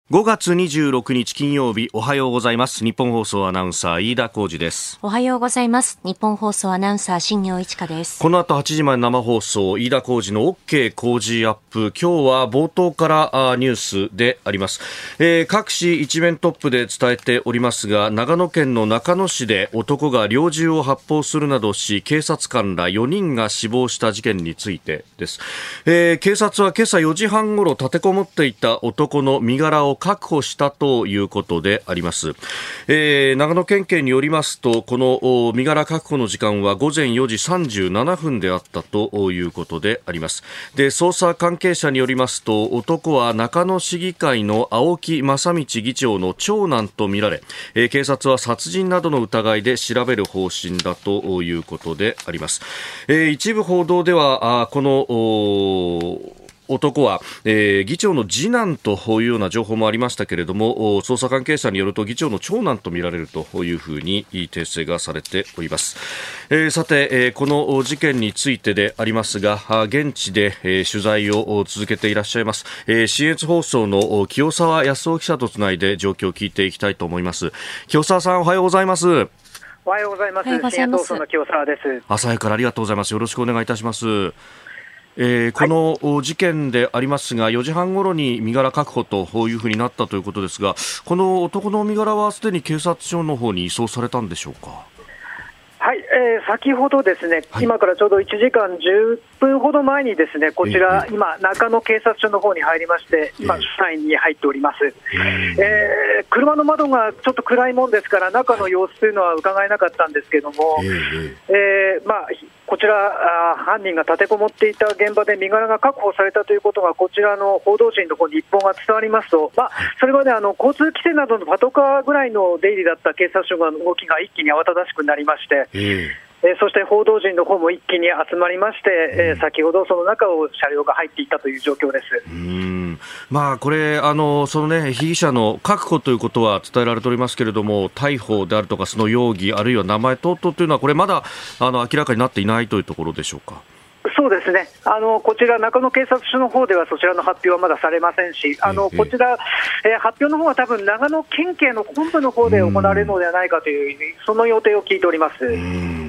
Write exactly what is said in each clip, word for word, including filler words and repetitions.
ごがつにじゅうろくにち金曜日、おはようございます。日本放送アナウンサー飯田浩司です。 おはようございます。日本放送アナウンサー新業一華です。 この後はちじまで生放送、飯田浩司の OK 工事アップ。今日は冒頭からニュースであります、えー、各紙一面トップで伝えておりますが、長野県の中野市で男が猟銃を発砲するなどし、警察官らよにんが死亡した事件についてです。えー、警察は今朝よじはんごろ立てこもっていた男の身柄を確保したということであります。えー、長野県警によりますと、この身柄確保の時間はごぜんよじさんじゅうななふんであったということであります。で、捜査関係者によりますと、男は中野市議会の青木正道議長の長男とみられ、えー、警察は殺人などの疑いで調べる方針だということであります。えー、一部報道では、あこの男は、えー、議長の次男というような情報もありましたけれども、捜査関係者によると議長の長男とみられるというふうに訂正がされております。えー、さて、えー、この事件についてでありますが、現地で、えー、取材を続けていらっしゃいます、えー、信越放送の清澤康夫記者とつないで状況を聞いていきたいと思います。清澤さん、おはようございます。 おはようございます。信越放送の清澤です。 朝早くからありがとうございます。よろしくお願いいたします。えー、この事件でありますが、よじはんごろに身柄確保というふうになったということですが、この男の身柄はすでに警察署の方に移送されたんでしょうか。 はい、えー、先ほどですね、はい、今からちょうどいちじかんじゅっぷんほど前にですね、こちら、えー、今中野警察署の方に入りまして、今署内に入っております。えーえー、車の窓がちょっと暗いもんですから、中の様子というのは伺えなかったんですけども、えーえー、まあこちら犯人が立てこもっていた現場で身柄が確保されたということが、こちらの報道陣の方に一報が伝わりますと、まあ、それまであの交通規制などのパトカーぐらいの出入りだった警察署の動きが一気に慌ただしくなりまして、えーえー、そして報道陣の方も一気に集まりまして、えー、先ほどその中を車両が入っていったという状況です。 うーん、まあ、これあのその、ね、被疑者の確保ということは伝えられておりますけれども、逮捕であるとかその容疑あるいは名前等々というのはこれまだあの明らかになっていないというところでしょうか。 そうですね、あのこちら中野警察署の方ではそちらの発表はまだされませんし、あのこちら、えー、発表の方は多分長野県警の本部の方で行われるのではないかという、その予定を聞いております。 うん、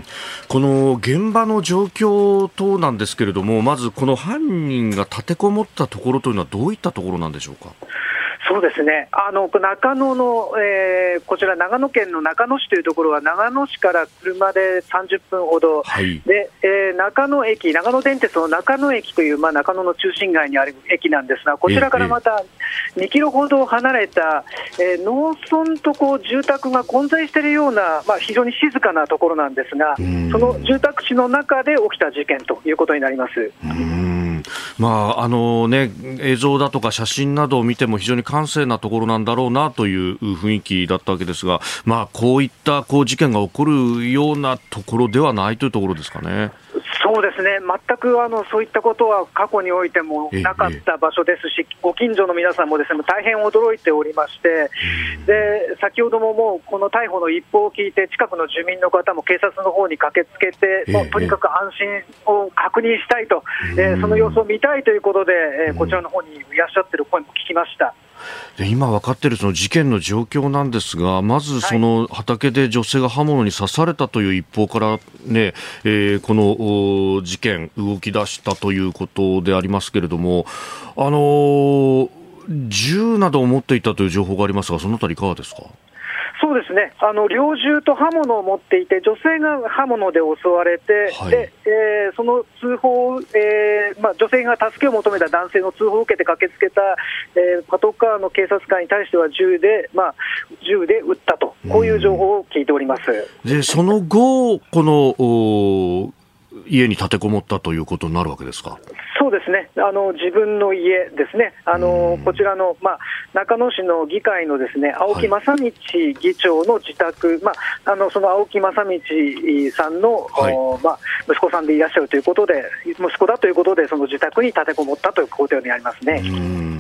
この現場の状況等なんですけれども、まずこの犯人が立てこもったところというのはどういったところなんでしょうか。 そうですね、あの中野の、えー、こちら長野県の中野市というところは長野市から車でさんじゅっぷんほど、はい、で、えー、中野駅、長野電鉄の中野駅という、まあ、中野の中心街にある駅なんですが、こちらからまたにキロほど離れた、えー、農村とこう住宅が混在しているような、まあ、非常に静かなところなんですが、その住宅地の中で起きた事件ということになります。 うーん、まああのね、映像だとか写真などを見ても非常に閑静なところなんだろうなという雰囲気だったわけですが、まあ、こういったこう事件が起こるようなところではないというところですかね。 そうですね、全くあのそういったことは過去においてもなかった場所ですし、ご近所の皆さんもですね、大変驚いておりまして、で先ほどももうこの逮捕の一報を聞いて、近くの住民の方も警察の方に駆けつけて、もうとにかく安心を確認したいと、えー、その様子を見たいということで、えー、こちらの方にいらっしゃっている声も聞きました。 で今分かっているその事件の状況なんですが、まずその畑で女性が刃物に刺されたという一報から、ねえー、この事件動き出したということでありますけれども、あのー、銃などを持っていたという情報がありますが、そのあたりいかがですか。 そうですね、あの猟銃と刃物を持っていて、女性が刃物で襲われて、はい、でえー、その通報、えーまあ、女性が助けを求めた男性の通報を受けて駆けつけた、えー、パトカーの警察官に対しては銃で、まあ、銃で撃ったと、こういう情報を聞いております。 でその後、この家に立てこもったということになるわけですか。 そうですね、あの自分の家ですね、あのこちらの、まあ、中野市の議会のですね、青木正道議長の自宅、はい、まあ、あのその青木正道さんの、はい、まあ、息子さんでいらっしゃるということで、息子だということで、その自宅に立てこもったという工程にありますね。 うん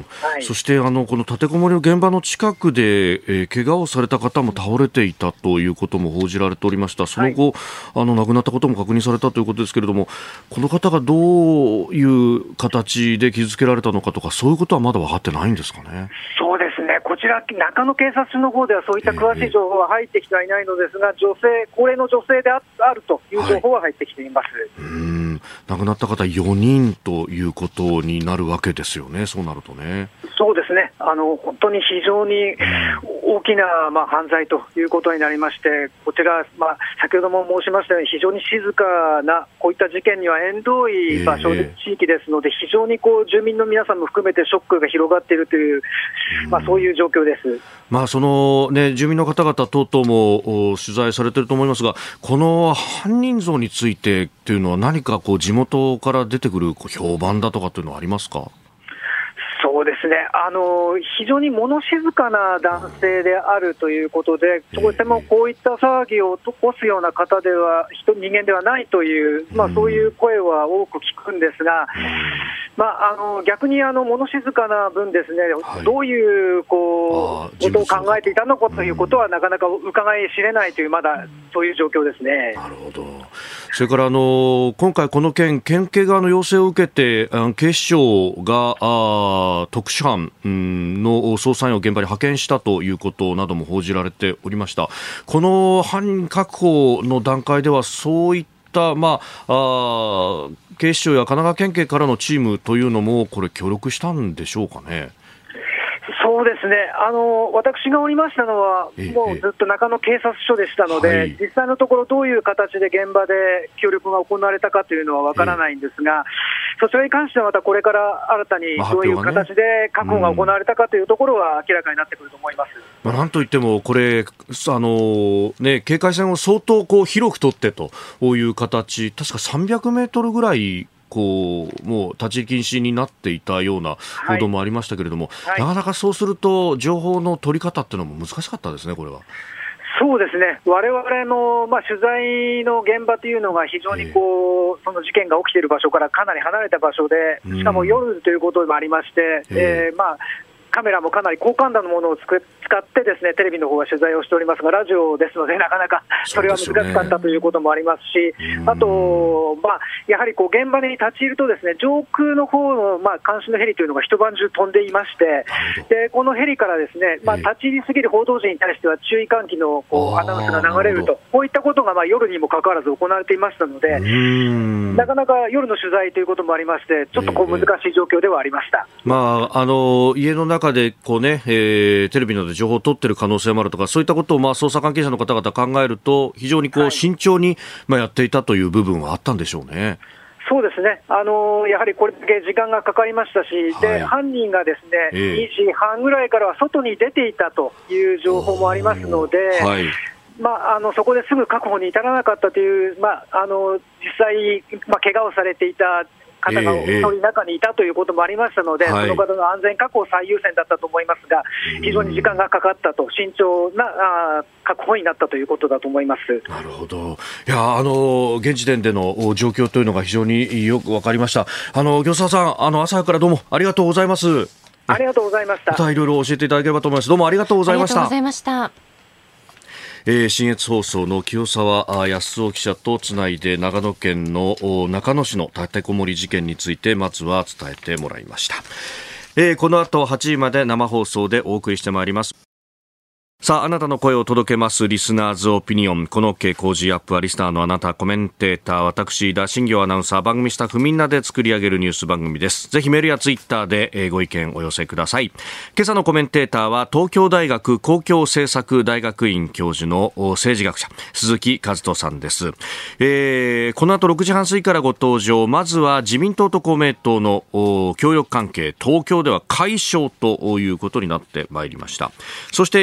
はい、 そしてあのこの立てこもりの現場の近くで、えー、怪我をされた方も倒れていたということも報じられておりました。その後、はい、あの亡くなったことも確認されたということですけれども、この方がどういう形で傷つけられたのかとか、そういうことはまだ分かってないんですかね。 そうですね、こちら中野警察署の方ではそういった詳しい情報は入ってきてはいないのですが、女性高齢の女性であるという情報は入ってきています。 はい、うーん、亡くなった方よにんということになるわけですよね。そうなるとね。 そうですね、あの本当に非常に大きな、まあ、犯罪ということになりまして、こちら、まあ、先ほども申しましたように非常に静かなこういった事件には縁遠い場所、えー、地域ですので、非常にこう住民の皆さんも含めてショックが広がっているという、まあ、そういう状況です。 まあそのね、住民の方々等々も取材されていると思いますが、この犯人像についてというのは何かこう地元から出てくる評判だとかというのはありますか？ そうですね、あの非常に物静かな男性であるということで、そこでもこういった騒ぎを起こすような方では人人間ではないという、まあ、そういう声は多く聞くんですが、まあ、あの逆にあの物静かな分ですね、はい、どういうこうことを考えていたのかということはなかなか伺い知れないという、まだそういう状況ですね。 なるほど。それからあの今回この件、県警側の要請を受けて警視庁があ特殊班の捜査員を現場に派遣したということなども報じられておりました。この犯人確保の段階ではそういった、まあ、あ警視庁や神奈川県警からのチームというのもこれ協力したんでしょうかね。 そうですね、あの私がおりましたのは、もうずっと中野警察署でしたので、はい、実際のところ、どういう形で現場で協力が行われたかというのは分からないんですが、そちらに関してはまたこれから新たにどういう形で確保が行われたかというところは明らかになってくると思います。 まあ、なんといってもこれ、あのね、警戒線を相当こう広く取ってという形、確かさんびゃくメートルぐらいこうもう立ち入り禁止になっていたような報道もありましたけれども、はいはい、なかなかそうすると情報の取り方っていうのも難しかったですね、これは。 そうですね、我々の、まあ、取材の現場というのが非常にこう、えー、その事件が起きている場所からかなり離れた場所で、しかも夜ということもありまして、えーえーまあカメラもかなり高感度のものをつく使ってですね、テレビの方は取材をしておりますが、ラジオですのでなかなかそれは難しかったということもありますし、あと、まあ、やはりこう現場に立ち入るとですね、上空の方のまあ監視のヘリというのが一晩中飛んでいまして、でこのヘリからですね、まあ、立ち入りすぎる報道陣に対しては注意喚起のこうアナウンスが流れると、こういったことがまあ夜にもかかわらず行われていましたので、なかなか夜の取材ということもありまして、ちょっとこう難しい状況ではありました。 えーまあ、あの家の中でこう、ねえー、テレビなどで情報を取っている可能性もあるとか、そういったことをまあ捜査関係者の方々考えると、非常にこう慎重にまあやっていたという部分はあったんでしょうね。 そうですね、あのー、やはりこれだけ時間がかかりましたし、はい、で犯人がですね、えー、にじはんぐらいからは外に出ていたという情報もありますので、はいまあ、あのそこですぐ確保に至らなかったという、まあ、あの実際、まあ、怪我をされていた方が一人中にいたということもありましたので、えー、その方の安全確保最優先だったと思いますが、非常に時間がかかったと、慎重なあ確保になったということだと思います。 なるほど。いやあの現時点での状況というのが非常によく分かりました。あの行沢さん、あの朝からどうもありがとうございます。 ありがとうございました。 またいろいろ教えていただければと思います。どうもありがとうございました。 ありがとうございました。 えー、信越放送の清澤康夫記者とつないで、長野県の中野市の立てこもり事件についてまずは伝えてもらいました。えー、この後はちじまで生放送でお送りしてまいります。さあ、あなたの声を届けますリスナーズオピニオン。この OK 工事アップはリスナーのあなた、コメンテーター、私田新行アナウンサー、番組スタッフみんなで作り上げるニュース番組です。ぜひメールやツイッターでご意見お寄せください。今朝のコメンテーターは東京大学公共政策大学院教授の政治学者鈴木和人さんです。えー、この後ろくじはん過ぎからご登場。まずは自民党と公明党の協力関係、東京では解消ということになってまいりました。そしてニュースし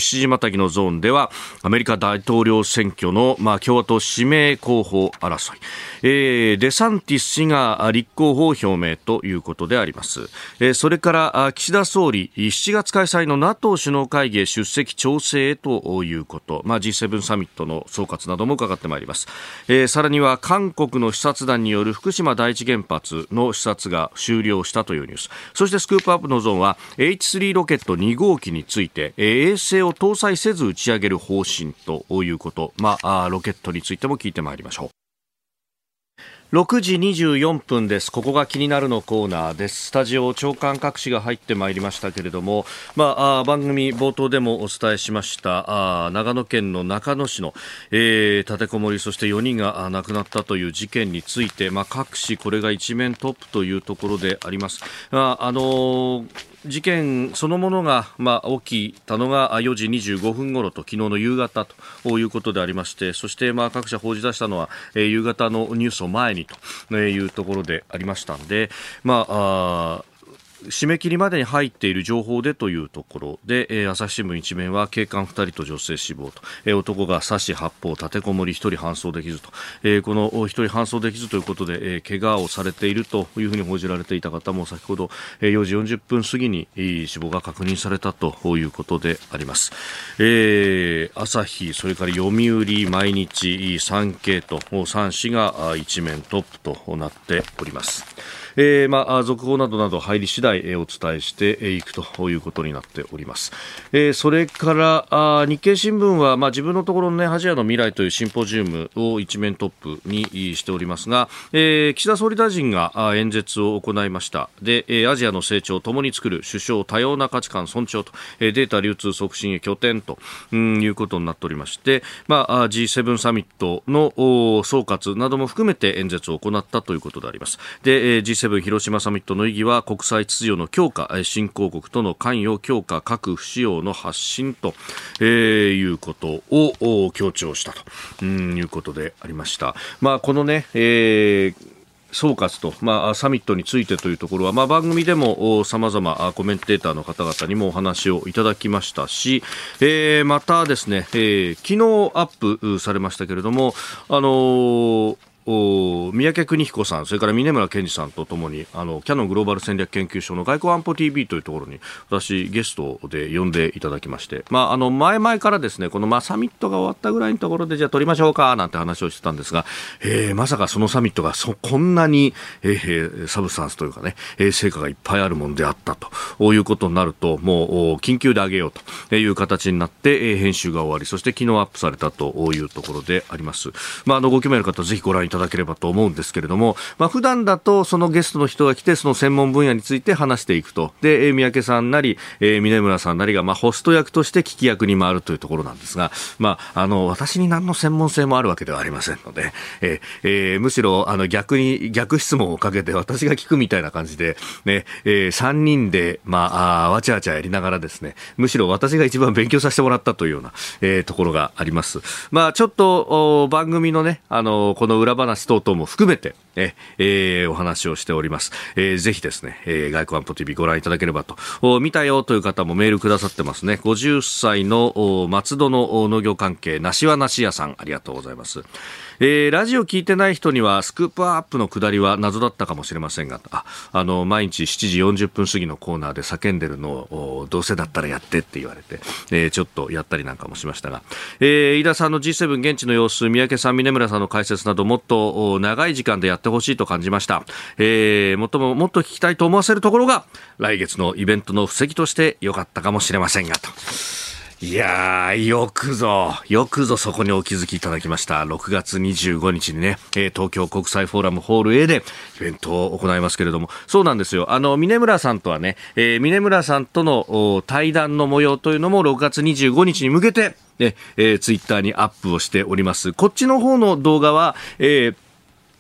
しちじまたぎのゾーンではアメリカ大統領選挙の、まあ、共和党指名候補争い、えー、デサンティス氏が立候補を表明ということであります。えー、それから岸田総理しちがつ開催の NATO 首脳会議へ出席調整へということ、まあ、ジーセブン サミットの総括なども伺ってまいります。えー、さらには韓国の視察団による福島第一原発の視察が終了したというニュース、そしてスクープアップのゾーンは エイチスリー ロケットに号機について、えー、衛星を搭載せず打ち上げる方針ということ、まあ、ロケットについても聞いてまいりましょう。ろくじにじゅうよんぷんです。ここが気になるのコーナーです。スタジオ長官各紙が入ってまいりましたけれども、まあ、あ番組冒頭でもお伝えしましたあ長野県の中野市の、えー、立てこもり、そしてよにんが亡くなったという事件について、まあ、各紙これが一面トップというところであります。あ、あのー事件そのものが、まあ、起きたのがよじにじゅうごふん頃と昨日の夕方ということでありまして、そして、まあ、各社報じ出したのは、えー、夕方のニュースを前にというところでありましたので、まあ、あ締め切りまでに入っている情報でというところで、えー、朝日新聞一面は警官ふたりと女性死亡と、えー、男が刺し発砲立てこもりひとり搬送できずと、えー、このひとり搬送できずということで、えー、怪我をされているというふうに報じられていた方も先ほど、えー、よじよんじゅっぷん過ぎに、えー、死亡が確認されたということであります。えー、朝日、それから読売、毎日、産経とさん紙が一面トップとなっております。えーまあ、続報などなど入り次第、えー、お伝えしていくということになっております。えー、それからあ日経新聞は、まあ、自分のところの、ね、アジアの未来というシンポジウムを一面トップにしておりますが、えー、岸田総理大臣が演説を行いました。で、えー、アジアの成長を共に作る首相多様な価値観尊重と、えー、データ流通促進へ拠点と、うん、いうことになっておりまして、まあ、ジーセブン サミットの総括なども含めて演説を行ったということであります。で、えー、ジーセブン広島サミットの意義は国際秩序の強化、新興国との関与強化、核不使用の発信と、えー、いうことを強調したと、うん、いうことでありました。まあ、このね、えー総括と、まあ、サミットについてというところは、まあ、番組でも様々コメンテーターの方々にもお話をいただきましたし、えー、またですね、えー、昨日アップされましたけれども、あのー三宅邦彦さん、それから峰村健二さんとともにあのキヤノングローバル戦略研究所の外交安保 ティービー というところに私ゲストで呼んでいただきまして、まあ、あの前々からですねこの、まあ、サミットが終わったぐらいのところでじゃあ撮りましょうかなんて話をしてたんですが、えー、まさかそのサミットがそこんなに、えー、サブスタンスというかね、えー、成果がいっぱいあるものであったということになると、もう緊急で上げようという形になって、えー、編集が終わり、そして昨日アップされたというところであります。まあ、あのご興味ある方ぜひご覧いただければと思うんですけれども、まあ、普段だとそのゲストの人が来てその専門分野について話していくと、で、えー、三宅さんなり、えー、峰村さんなりが、まあ、ホスト役として聞き役に回るというところなんですが、まあ、あの私に何の専門性もあるわけではありませんので、えーえー、むしろあの逆に逆質問をかけて私が聞くみたいな感じで、ねえー、さんにんで、まあ、あわちゃわちゃやりながらですね、むしろ私が一番勉強させてもらったというような、えー、ところがあります。まあ、ちょっと番組のね、あのこの裏話等々も含めてええー、お話をしております。えー、ぜひですね、えー、外交安保 ティービー ご覧いただければと。見たよという方もメールくださってますね。ごじゅっさいの松戸の農業関係梨は梨屋さん、ありがとうございます。えー、ラジオ聞いてない人にはスクープアップの下りは謎だったかもしれませんが、あ、あの毎日しちじよんじゅっぷん過ぎのコーナーで叫んでるのをどうせだったらやってって言われて、えー、ちょっとやったりなんかもしましたが、えー、飯田さんの ジーセブン 現地の様子、三宅さん、峰村さんの解説などもっと長い時間でやってほしいと感じました。えー、もっとももっと聞きたいと思わせるところが来月のイベントの布石として良かったかもしれませんがと。いやー、よくぞよくぞそこにお気づきいただきました。ろくがつにじゅうごにちにね、えー、東京国際フォーラムホール A でイベントを行いますけれども、そうなんですよ。あの峰村さんとはね、えー、峰村さんとの対談の模様というのもろくがつにじゅうごにちに向けてね、えー、ツイッターにアップをしております。こっちの方の動画は、えー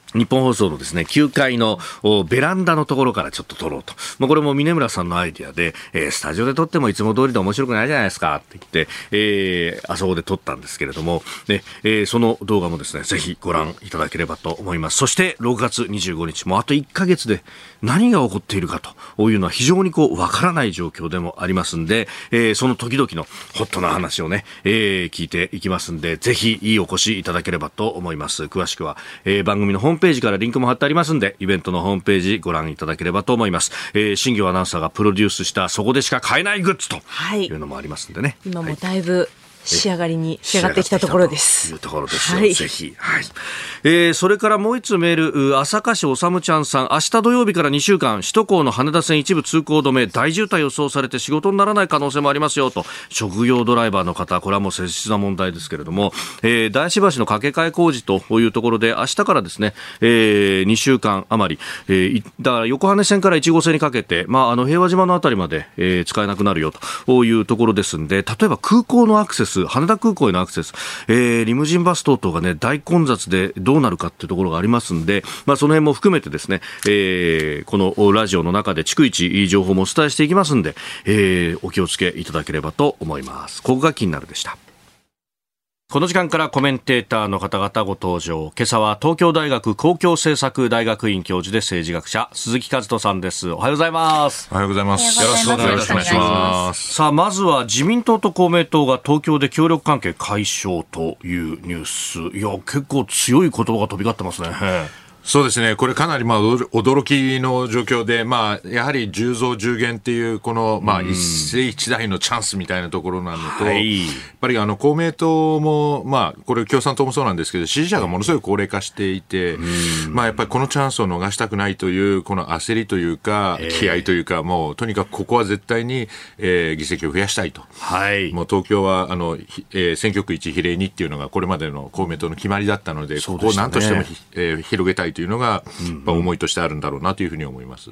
日本放送のですね、きゅうかいのベランダのところからちょっと撮ろうと。まあ、これも峰村さんのアイディアで、えー、スタジオで撮ってもいつも通りで面白くないじゃないですかって言って、えー、あそこで撮ったんですけれども、ね、えー、その動画もですね、ぜひご覧いただければと思います。そしてろくがつにじゅうごにち、もうあといっかげつで何が起こっているかというのは非常にこう、わからない状況でもありますんで、えー、その時々のホットな話をね、えー、聞いていきますんで、ぜひお越しいただければと思います。詳しくは、えー、番組のホームページからリンクも貼ってありますんで、イベントのホームページご覧いただければと思います。えー、新業アナウンサーがプロデュースしたそこでしか買えないグッズというのもありますんでね。 今もだいぶ、はい、仕上がりに仕上がってきたところです。 というところですよ、はい、ぜひ、はい。えー、それからもう一つメール、朝霞市おさむちゃんさん、明日土曜日からにしゅうかん首都高の羽田線一部通行止め、大渋滞予想されて仕事にならない可能性もありますよと。職業ドライバーの方、これはもう切実な問題ですけれども、えー、大師橋の架け替え工事というところで明日からですね、えー、にしゅうかん余り、えー、だから横羽線からいち号線にかけて、まあ、あの平和島のあたりまで、えー、使えなくなるよというところですんで、例えば空港のアクセス、羽田空港へのアクセス、えー、リムジンバス等々がね、大混雑でどうなるかっていうところがありますんで、まあ、その辺も含めてですね、えー、このラジオの中で逐一情報もお伝えしていきますんで、えー、お気をつけいただければと思います。ここが気になるでした。この時間からコメンテーターの方々ご登場。今朝は東京大学公共政策大学院教授で政治学者鈴木和人さんです。おはようございます。 おはようございます。 よろしくお願いします。さあ、まずは自民党と公明党が東京で協力関係解消というニュース。いや、結構強い言葉が飛び交ってますね。 そうですね、これかなりまあ驚きの状況で、まあ、やはりじゅう増じゅう減っていうこの、まあ、一世一代のチャンスみたいなところなのと、はい、やっぱりあの公明党も、まあ、これ共産党もそうなんですけど、支持者がものすごい高齢化していて、まあ、やっぱりこのチャンスを逃したくないというこの焦りというか気合というか、もうとにかくここは絶対に、えー、議席を増やしたいと、はい、もう東京はあの、えー、選挙区一比例にっていうのがこれまでの公明党の決まりだったので、ここを何としても、えー、広げたいというのが、うん、思いとしてあるんだろうなというふうに思います。 うん、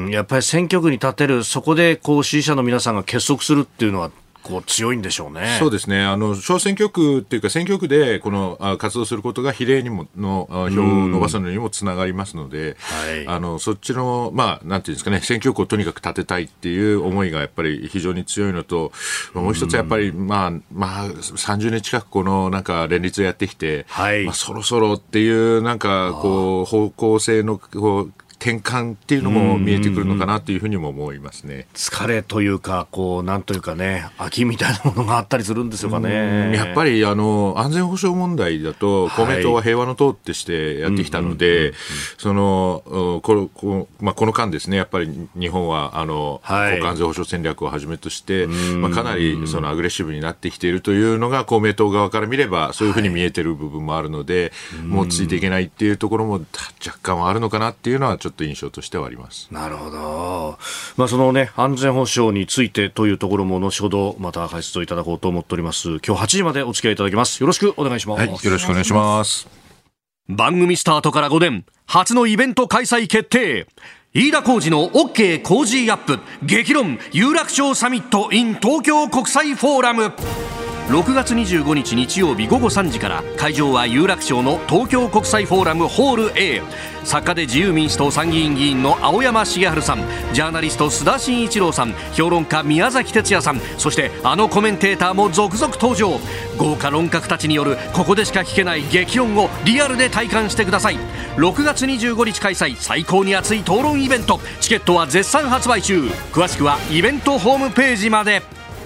やっぱり選挙区に立てる、そこでこう支持者の皆さんが結束するっていうのはこう強いんでしょうね。 そうですね、あの小選挙区っていうか選挙区でこのあ活動することが比例にもの票を伸ばすのにもつながりますので、はい、あのそっちの、まあ、なんていうんですかね、選挙区をとにかく立てたいっていう思いがやっぱり非常に強いのと、もう一つやっぱり、まあまあ、さんじゅうねん近くこのなんか連立をやってきて、はい、まあ、そろそろっていうなんかこう方向性のこう転換っていうのも見えてくるのかなというふうにも思いますね。 疲れというか、こうなんというかね、秋みたいなものがあったりするんですよかね。 やっぱりあの安全保障問題だと公明党は平和の党ってしてやってきたので、そのこの、まあ、この間ですね、やっぱり日本はあの、はい、国家安全保障戦略をはじめとして、まあ、かなりそのアグレッシブになってきているというのが公明党側から見ればそういうふうに見えている部分もあるので、はい、もうついていけないっていうところも若干はあるのかなっていうのはちょっと印象としてはあります。 なるほど。まあ、そのね、安全保障についてというところも後ほどまた解説をいただこうと思っております。今日はちじまでお付き合いいただきます。よろしくお願いします。 はい、よろしくお願いします。 番組スタートからごねん、初のイベント開催決定。飯田浩司の OK 工事アップ激論有楽町サミット in 東京国際フォーラム。ろくがつにじゅうごにち日曜日ごごさんじから会場は有楽町の東京国際フォーラムホール A。 作家で自由民主党参議院議員の青山茂春さん、ジャーナリスト須田慎一郎さん、評論家宮崎哲也さん、そしてあのコメンテーターも続々登場。豪華論客たちによるここでしか聞けない激論をリアルで体感してください。ろくがつにじゅうごにち開催、最高に熱い討論イベント。チケットは絶賛発売中。詳しくはイベントホームページまで。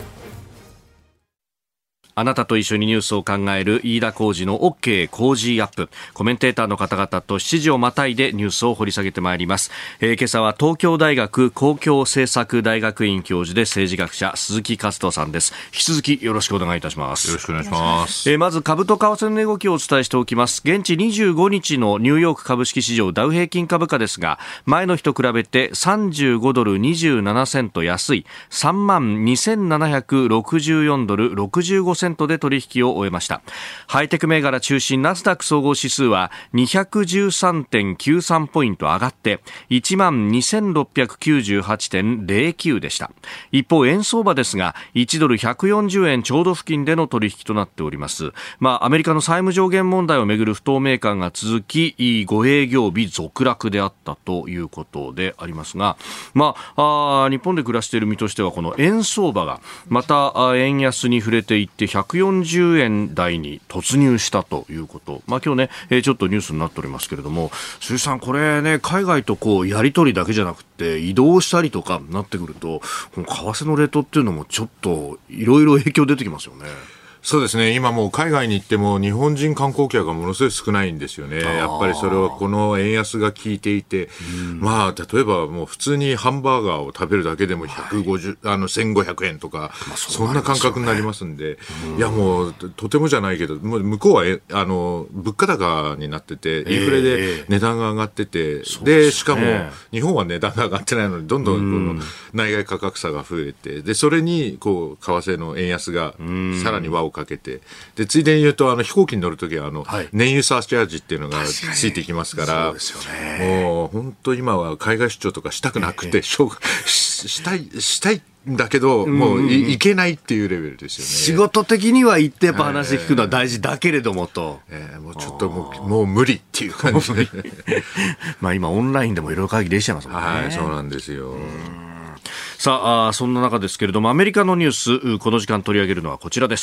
あなたと一緒にニュースを考える飯田浩司の OK 工事アップ。コメンテーターの方々としちじをまたいでニュースを掘り下げてまいります。えー、今朝は東京大学公共政策大学院教授で政治学者鈴木和人さんです。引き続きよろしくお願いいたします。 よろしくお願いします。 えー、まず株と為替の動きをお伝えしておきます。現地にじゅうごにちのニューヨーク株式市場ダウ平均株価ですが、前の日と比べてさんじゅうごドルにじゅうななセント安い さんまんにせんななひゃくろくじゅうよんドルろくじゅうごセントセント で取引を終えました。ハイテク銘柄中心ナスダック総合指数は にひゃくじゅうさんてんきゅうさん ポイント上がって いちまんにせんろっぴゃくきゅうじゅうはちてんゼロきゅう でした。一方円相場ですがいちドルひゃくよんじゅうえんちょうど付近での取引となっております。まあ、アメリカの債務上限問題をめぐる不透明感が続きご営業日続落であったということでありますが、まあ、あ日本で暮らしている身としてはこの円相場がまた円安に触れていってひゃくよんじゅうえん台に突入したということ、まあ、今日ねちょっとニュースになっておりますけれども、鈴木さんこれね海外とこうやり取りだけじゃなくて移動したりとかなってくるとこの為替のレートっていうのもちょっといろいろ影響出てきますよね。 そうですね、今もう海外に行っても日本人観光客がものすごい少ないんですよね。やっぱりそれはこの円安が効いていて、まあ例えばもう普通にハンバーガーを食べるだけでもひゃくごじゅう、はい、あのせんごひゃくえんとか、まあ そ, そんな感覚になりますんで、いやもうとてもじゃないけどもう向こうはえあの物価高になっててインフレで値段が上がってて、えー、でしかも日本は値段が上がってないのにどんどんこの内外価格差が増えて、でそれにこう為替の円安がさらに輪をかけて、でついでに言うとあの飛行機に乗るときはあの、はい、燃油サーチャージっていうのがついてきますから、そうですよね、もう本当今は海外出張とかしたくなくて、えー、しょうし, したいしたいんだけどもういけないっていうレベルですよね。 仕事的には行ってやっぱ話聞くのは大事だけれどもと、 えーえー、もうちょっともうもう無理っていう感じでまあ今オンラインでもいろいろ会議できちゃいますもんね。 はい、そうなんですよ。 さあ、そんな中ですけれどもアメリカのニュースこの時間取り上げるのはこちらです。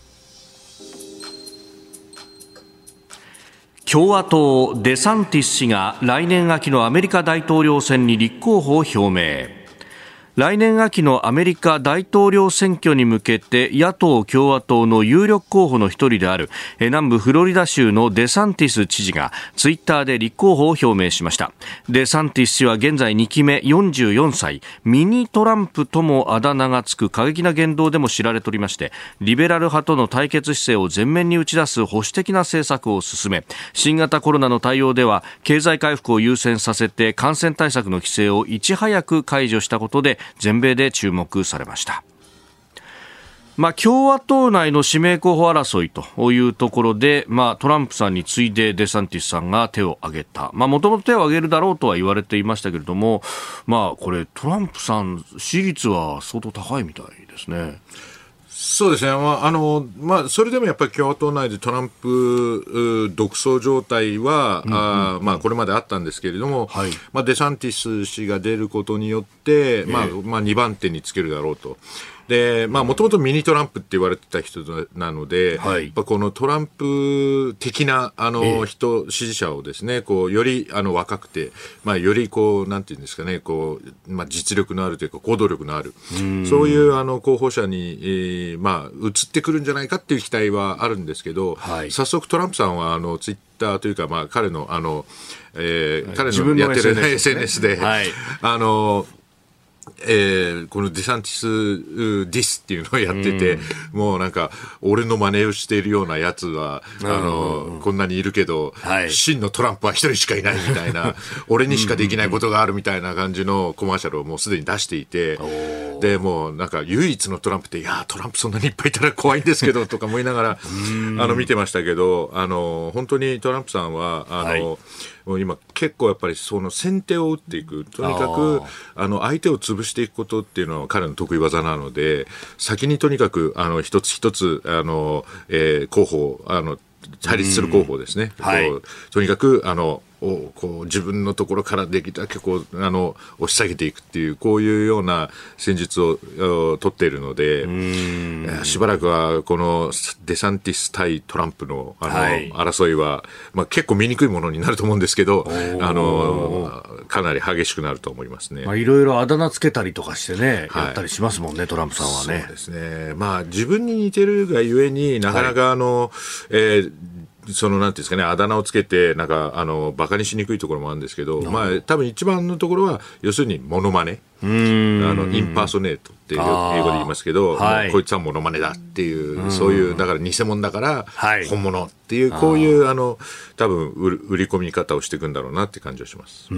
共和党デサンティス氏が来年秋のアメリカ大統領選に立候補を表明。来年秋のアメリカ大統領選挙に向けて野党共和党の有力候補の一人である南部フロリダ州のデサンティス知事がツイッターで立候補を表明しました。デサンティス氏は現在にきめよんじゅうよんさい、ミニトランプともあだ名がつく過激な言動でも知られておりまして、リベラル派との対決姿勢を前面に打ち出す保守的な政策を進め、新型コロナの対応では経済回復を優先させて感染対策の規制をいち早く解除したことで全米で注目されました。まあ、共和党内の指名候補争いというところで、まあ、トランプさんに次いでデサンティスさんが手を挙げた。まあ、もともと手を挙げるだろうとは言われていましたけれども、まあ、これトランプさん支持率は相当高いみたいですね。 そうですね、まああのまあ、それでもやっぱり共和党内でトランプ独走状態は、うんうんあまあ、これまであったんですけれども、はいまあ、デサンティス氏が出ることによって、まあまあ、にばん手につけるだろうと。で、まあ、もともとミニトランプって言われてた人なので、はい、やっぱこのトランプ的な、あの、人、支持者をですね、こう、より、あの、若くて、まあ、より、こう、なんていうんですかね、こう、まあ、実力のあるというか、行動力のある、うそういう、あの、候補者に、えー、まあ、移ってくるんじゃないかっていう期待はあるんですけど、はい、早速トランプさんは、あの、ツイッターというか、まあ、彼の、あの、えー、彼のやってる エスエヌエス で、はい、あの、えー、このデサンティスディスっていうのをやってて、うん、もうなんか俺の真似をしているようなやつはあの、うん、こんなにいるけど、はい、真のトランプは一人しかいないみたいな俺にしかできないことがあるみたいな感じのコマーシャルをもうすでに出していて、でもうなんか唯一のトランプっていやトランプそんなにいっぱいいたら怖いんですけどとか思いながらあの見てましたけど、あの本当にトランプさんはあの、はい今結構やっぱりその先手を打っていく、とにかくあの相手を潰していくことっていうのは彼の得意技なので、先にとにかくあの一つ一つあの、えー、候補あの対立する候補ですね、はい、とにかくあのをこう自分のところからできるだけこうあの押し下げていくっていうこういうような戦術を取っているので、うんしばらくはこのデサンティス対トランプの、あの、はい、争いは、まあ、結構見にくいものになると思うんですけどあのかなり激しくなると思いますね。 まあ、いろいろあだ名つけたりとかしてね、はい、やったりしますもんねトランプさんはね。 そうですね、まあ、自分に似てるがゆえになかなかあの、はいえーそのなんていうんですかね、あだ名をつけてなんかあのバカにしにくいところもあるんですけど、まあ多分一番のところは要するにモノマネ、あのインパーソネートっていう英語で言いますけど、はい、こいつはモノマネだっていう、そういうだから偽物だから本物っていう、はい、こういうあの多分売り込み方をしていくんだろうなって感じがします。 うん、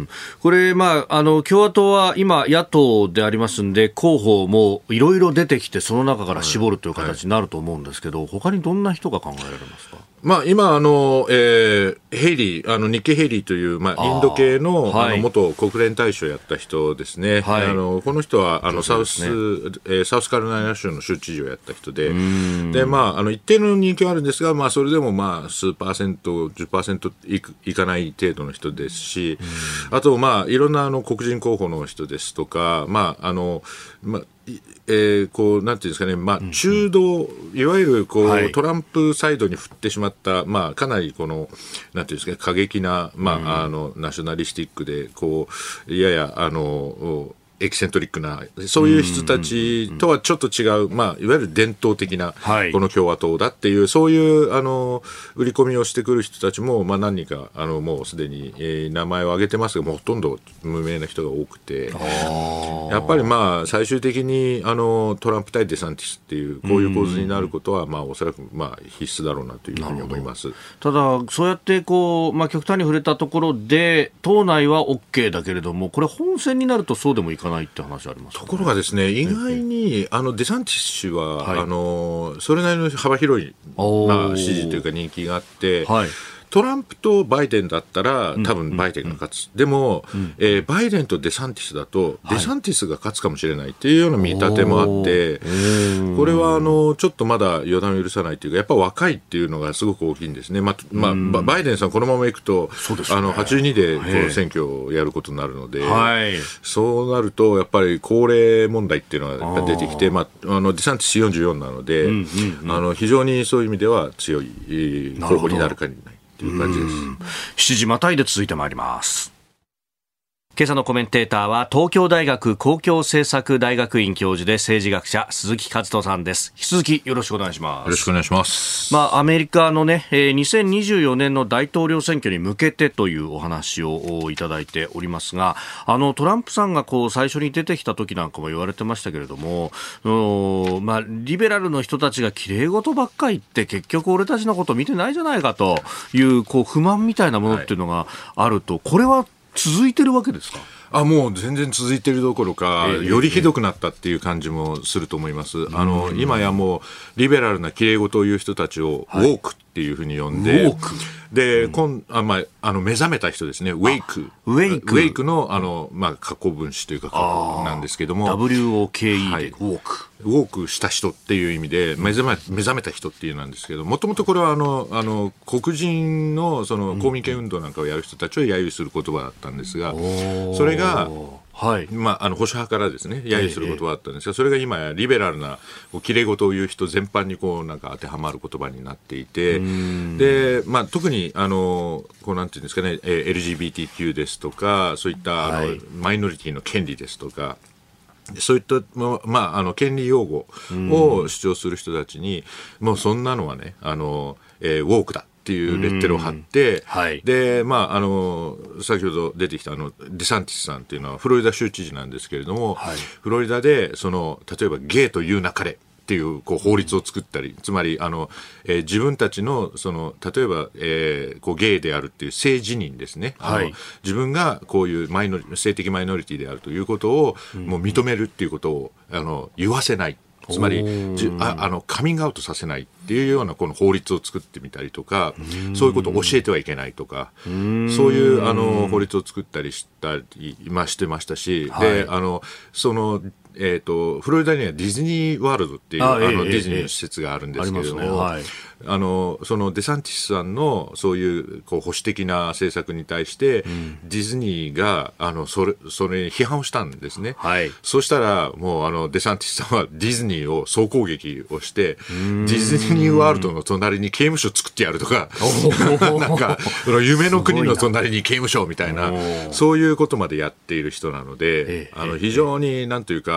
これ、まあ、あの共和党は今野党でありますんで候補もいろいろ出てきてその中から絞るという形になると思うんですけど、はいはい、他にどんな人が考えられますか？ まあ、今あの、えー、ヘイリーあのニッキー・ヘイリーという、まあ、インド系 の, あ、はい、あの元国連大使をやった人ですね、はい、あのこの人はあのサウス、ねえー、サウスカロライナ州の州知事をやった人で、で、まあ、あの一定の人気はあるんですが、まあ、それでも、まあ、数パーセント じゅっパーセント い, くいかない程度の人ですし、あと、まあ、いろんなあの黒人候補の人ですとか、まああのまあえー、こうなんていうんですかね、まあ、中道、いわゆるこう、はい、トランプサイドに振ってしまった、まあ、かなりこのなんていうんですかね、過激な、まあ、あのナショナリスティックでこうややあのエキセントリックなそういう人たちとはちょっと違う、まあ、いわゆる伝統的なこの共和党だっていう、はい、そういうあの売り込みをしてくる人たちも、まあ、何人かあのもうすでに、えー、名前を挙げてますが、もうほとんど無名な人が多くて、やっぱりまあ最終的にあのトランプ対デサンティスっていうこういう構図になることは、まあ、おそらくまあ必須だろうなというふうに思います。 ただそうやってこう、まあ、極端に触れたところで党内は OK だけれども、これ本選になるとそうでもいかないないって話あります、ね、 ところがですね、意外にあのデサンティス氏は、はい、あのそれなりの幅広い、まあ、支持というか人気があって、はい、トランプとバイデンだったら多分バイデンが勝つ、うんうん、でも、うんえー、バイデンとデサンティスだとデサンティスが勝つかもしれないっていうような見立てもあって、これはあのちょっとまだ予断を許さないというか、やっぱ若いっていうのがすごく大きいんですね、ままあ、バイデンさんこのままいくと、ね、あのはちじゅうにでこの選挙をやることになるので、はい、そうなるとやっぱり高齢問題っていうのが出てきて、まあ、あのデサンティスよんじゅうよんなので、うんうんうん、あの非常にそういう意味では強い候補になるかにないという感じです。 しちじまたいで続いてまいります。今朝のコメンテーターは東京大学公共政策大学院教授で政治学者鈴木和人さんです。引き続きよろしくお願いします。 よろしくお願いします。 まあ、アメリカのね、えー、にせんにじゅうよねんの大統領選挙に向けてというお話をいただいておりますが、あのトランプさんがこう最初に出てきた時なんかも言われてましたけれども、まあ、リベラルの人たちが綺麗事ばっかり言って結局俺たちのこと見てないじゃないかという、こう不満みたいなものっていうのがあると、これは続いてるわけですか？ あもう全然続いているどころか、えー、よりひどくなったっていう感じもすると思います。あの今やもうリベラルな綺麗事を言う人たちをウォークっていうふうに呼んで、はい、で、うん、今あ、まあ、あの目覚めた人ですね、ウェイクウェイク、 ウェイクの、あの、まあ、過去分詞というか過去なんですけどもダブリューオーケーイー で、はい、ウォークウォークした人っていう意味で目覚め、目覚めた人っていうなんですけど、もともとこれはあのあの黒人 の, その公民権運動なんかをやる人たちを揶揄する言葉だったんですが、うん、それがはいまあ、あの保守派からですね揶揄する言葉だったんですが、それが今やリベラルなきれい事を言う人全般にこうなんか当てはまる言葉になっていて、で、まあ、特にあのこうなんていうんですかね、エルジービーティーキュー ですとか、そういったあの、はい、マイノリティの権利ですとか、そういった、まあ、あの権利擁護を主張する人たちに、もうそんなのはね、あの、えー、ウォークだっていうレッテルを貼って、はい、で、まあ、あの先ほど出てきたあのデサンティスさんというのはフロリダ州知事なんですけれども、はい、フロリダでその例えばゲイというなかれっていう、こう法律を作ったり、つまりあの、えー、自分たちの、その例えば、えー、こうゲイであるっていう性自認ですね、はい、あの自分がこういうマイノリ性的マイノリティであるということを、うん、もう認めるっていうことをあの言わせない、つまりじああのカミングアウトさせないっていうようなこの法律を作ってみたりとか、そういうことを教えてはいけないとか、そういうあの法律を作ったりしたり、まあ、してましたし、はい、であのそのえー、とフロリダにはディズニーワールドっていうあ、あの、えー、ディズニーの施設があるんですけれども、えーえーあ、ねはい、あのそのデサンティスさんのそういうこう保守的な政策に対して、うん、ディズニーがあのそれそれに批判をしたんですね、はい、そうしたらもうあのデサンティスさんはディズニーを総攻撃をして、ディズニーワールドの隣に刑務所作ってやるとかなんか夢の国の隣に刑務所みたいな、そういうことまでやっている人なので、あの非常になんというか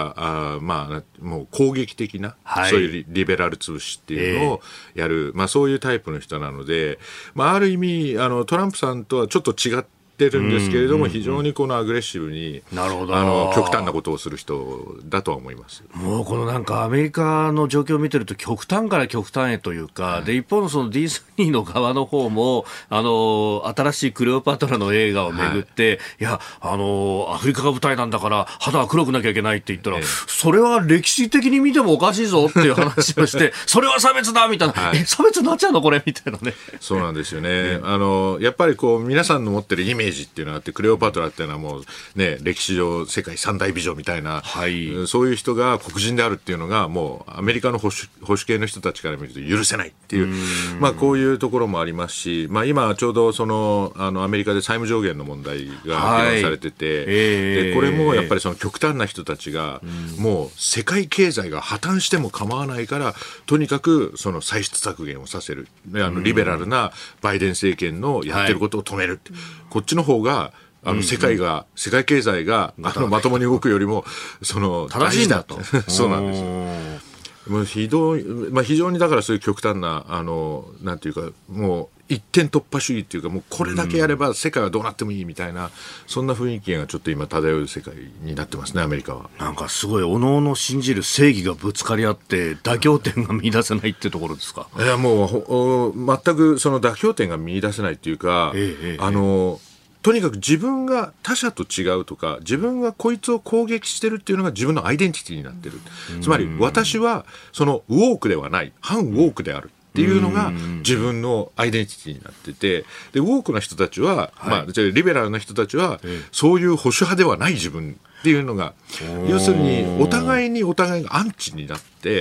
かあ、まあ、もう攻撃的な、はい、そういうリベラル潰しっていうのをやる、えーまあ、そういうタイプの人なので、まあ、ある意味あのトランプさんとはちょっと違っててるんですけれども、非常にこのアグレッシブになるほどあの極端なことをする人だとは思います。 もうこのなんかアメリカの状況を見てると極端から極端へというか、はい、で一方のその ディズニーの側の方もあの新しいクレオパトラの映画をめぐって、はい、いやあのアフリカが舞台なんだから肌は黒くなきゃいけないって言ったら、ええ、それは歴史的に見てもおかしいぞっていう話をしてそれは差別だみたいな、はい、え差別になっちゃうのこれみたいなね。 そうなんですよね。あのやっぱりこう皆さんの持ってるイメージっていうのがあって、クレオパトラっていうのはもうね歴史上世界三大美女みたいな、はい、そういう人が黒人であるっていうのがもうアメリカの保守、保守系の人たちから見ると許せないっていう、うまあこういうところもありますし、まあ今ちょうどそのあのアメリカで債務上限の問題が議論されてて、はいえー、でこれもやっぱりその極端な人たちがもう世界経済が破綻しても構わないからとにかくその歳出削減をさせる、あのリベラルなバイデン政権のやってることを止める、はい、こっちの方があの世界が、うんうん、世界経済があのまともに動くよりもその正しいんだとそうなんですよ。もうひどい、まあ、非常にだからそういう極端なあのなんていうかもう一点突破主義っていうかもうこれだけやれば世界はどうなってもいいみたいな、うん、そんな雰囲気がちょっと今漂う世界になってますねアメリカは。 なんかすごいおのおの信じる正義がぶつかり合って妥協点が見出せないってところですか。 いやもう全くその妥協点が見出せないっていうか、ええええ、あのとにかく自分が他者と違うとか自分がこいつを攻撃してるっていうのが自分のアイデンティティになってる。つまり私はそのウォークではない反ウォークであるっていうのが自分のアイデンティティになってて、でウォークの人たちは、はいまあ、リベラルな人たちは、ええ、そういう保守派ではない自分っていうのが要するにお互いにお互いがアンチになって、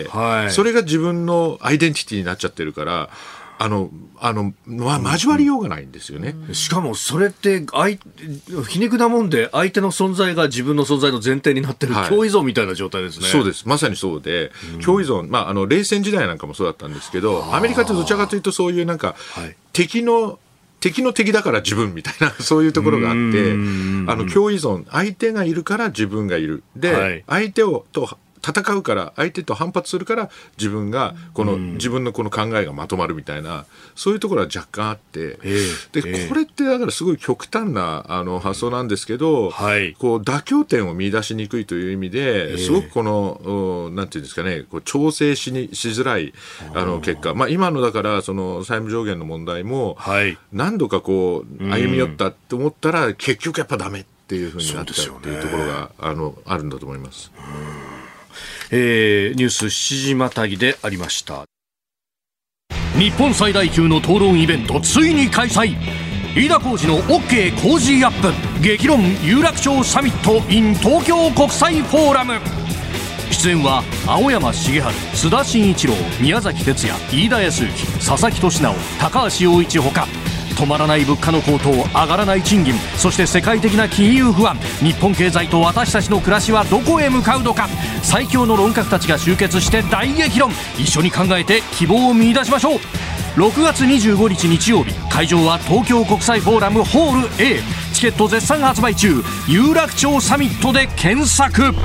はい、それが自分のアイデンティティになっちゃってるからあのあの、ま、交わりようがないんですよね、 うん、しかもそれって相皮肉なもんで相手の存在が自分の存在の前提になってる、はい、共依存みたいな状態ですね。 そうですまさにそうで、うん、共依存、まあ、あの冷戦時代なんかもそうだったんですけどアメリカってどちらかというとそういうなんか、はい、敵の敵の敵だから自分みたいなそういうところがあって、あの共依存相手がいるから自分がいるで、はい、相手をと戦うから相手と反発するから自分がこの、うん、自分のこの考えがまとまるみたいなそういうところは若干あって、えー、で、えー、これってだからすごい極端なあの発想なんですけど、はい、こう妥協点を見出しにくいという意味で、えー、すごくこのなんていうんですかねこう調整しにしづらいあの結果、まあ、今のだからその債務上限の問題も、はい、何度かこう歩み寄ったと思ったら、うん、結局やっぱダメっていうふうになっちゃうっていうところがあのあるんだと思います。うんえー、ニュースしちじまたぎでありました。 日本最大級の討論イベントついに開催。飯田浩司の OK 工事アップ激論有楽町サミット in 東京国際フォーラム。出演は青山茂春、須田慎一郎、宮崎哲也、飯田康之、佐々木俊直、高橋洋一ほか。止まらない物価の高騰、上がらない賃金、そして世界的な金融不安、日本経済と私たちの暮らしはどこへ向かうのか。最強の論客たちが集結して大激論。一緒に考えて希望を見出しましょう。ろくがつにじゅうごにち日曜日、会場は東京国際フォーラムホール A。 チケット絶賛発売中。有楽町サミットで検索。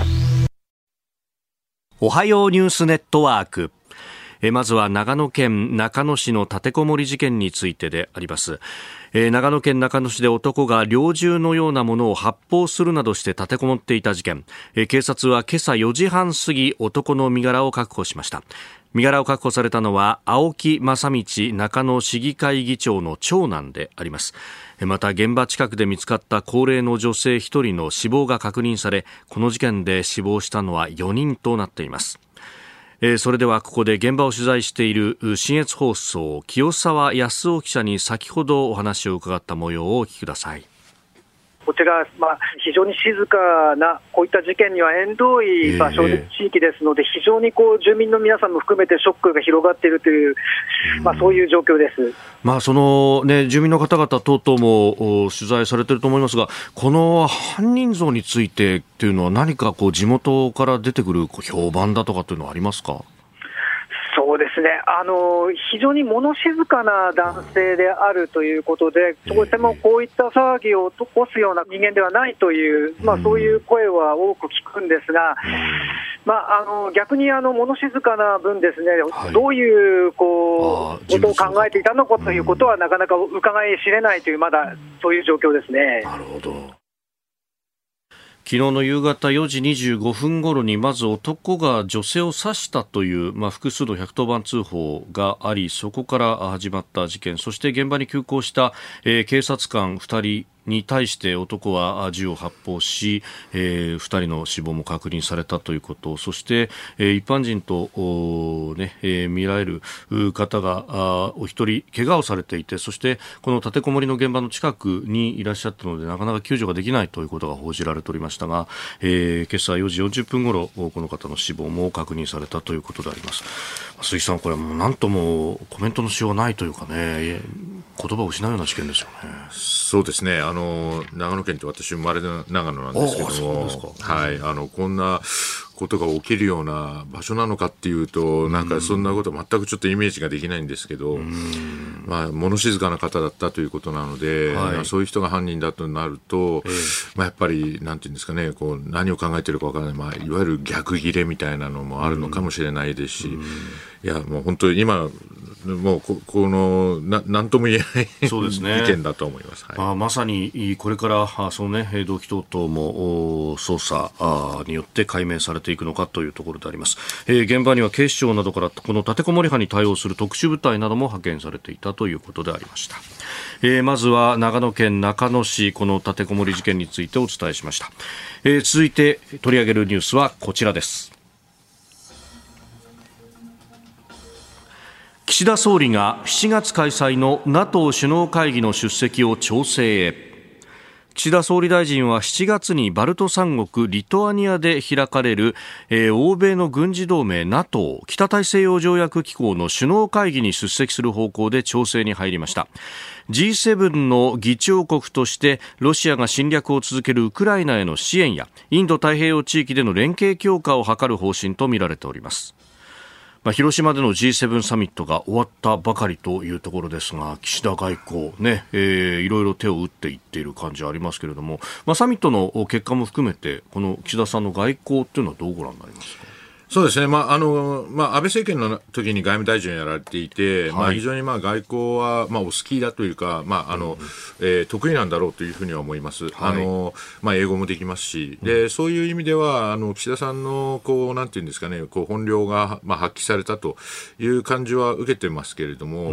おはようニュースネットワーク。えまずは長野県中野市の立てこもり事件についてであります。えー、長野県中野市で男が猟銃のようなものを発砲するなどして立てこもっていた事件、えー、警察は今朝よじはん過ぎ男の身柄を確保しました。身柄を確保されたのは青木正道中野市議会議長の長男であります。また現場近くで見つかった高齢の女性ひとりの死亡が確認され、この事件で死亡したのはよにんとなっています。えー、それではここで現場を取材している信越放送清澤康夫記者に先ほどお話を伺った模様をお聞きください。 こちら、まあ、非常に静かなこういった事件には縁遠い場所、えー、地域ですので非常にこう住民の皆さんも含めてショックが広がっているという、まあ、そういう状況です。 まあそのね、住民の方々等々も取材されていると思いますが、この犯人像についてっていうのは何かこう地元から出てくる評判だとかっていうのはありますか？ そうですね、あの非常に物静かな男性であるということで、とてもこういった騒ぎを起こすような人間ではないという、まあ、そういう声は多く聞くんですが、 まあ、あの逆にあの物静かな分ですね、 はい、 どういうこうことを考えていたのかということは、なかなか伺い知れないという、まだそういう状況ですね。 なるほど。昨日の夕方よじにじゅうごふん頃にまず男が女性を刺したという、まあ、複数のひゃくとおばん通報があり、そこから始まった事件、そして現場に急行した、えー、警察官ふたりに対して男は銃を発砲し、えー、ふたりの死亡も確認されたということ、そして、えー、一般人と、ねえー、見られる方があお一人怪我をされていて、そしてこの立てこもりの現場の近くにいらっしゃったので、なかなか救助ができないということが報じられておりましたが、えー、今朝よじよんじゅっぷん頃この方の死亡も確認されたということであります。鈴木さん、これはもう何ともコメントのしようがないというかね、言葉を失うような事件ですよね。 そうですね、あの長野県って私生まれの長野なんですけども、はい、あのこんなことが起きるような場所なのかっていうと、なんかそんなことは全くちょっとイメージができないんですけど、まあ、物静かな方だったということなので、はい、そういう人が犯人だとなると、えーまあ、やっぱりなんていうんですかね、こう何を考えているか分からない、まあ、いわゆる逆ギレみたいなのもあるのかもしれないですし、いやもう本当に今もう こ, このな何とも言えないそうです、ね、意見だと思います、はい。 まあ、まさにこれからその、ね、動機等々も捜査によって解明されていくのかというところであります。えー、現場には警視庁などからこの立てこもり犯に対応する特殊部隊なども派遣されていたということでありました。えー、まずは長野県中野市、この立てこもり事件についてお伝えしました。えー、続いて取り上げるニュースはこちらです。岸田総理がしちがつ開催の NATO 首脳会議の出席を調整へ。岸田総理大臣はしちがつにバルト三国リトアニアで開かれる、えー、欧米の軍事同盟 NATO 北大西洋条約機構の首脳会議に出席する方向で調整に入りました。 ジーセブン の議長国としてロシアが侵略を続けるウクライナへの支援やインド太平洋地域での連携強化を図る方針とみられております。まあ、広島での ジーセブン サミットが終わったばかりというところですが、岸田外交、ねえー、いろいろ手を打っていっている感じはありますけれども、まあ、サミットの結果も含めてこの岸田さんの外交というのはどうご覧になりますか。 そうですね、まああのまあ、安倍政権の時に外務大臣をやられていて、はい、まあ、非常にまあ外交はまあお好きだというか、まああのうんえー、得意なんだろうというふうには思います。はい、あのまあ、英語もできますし、で、うん、そういう意味ではあの岸田さんのこうなんていうんですかね、こう本領がまあ発揮されたという感じは受けてますけれども、うん、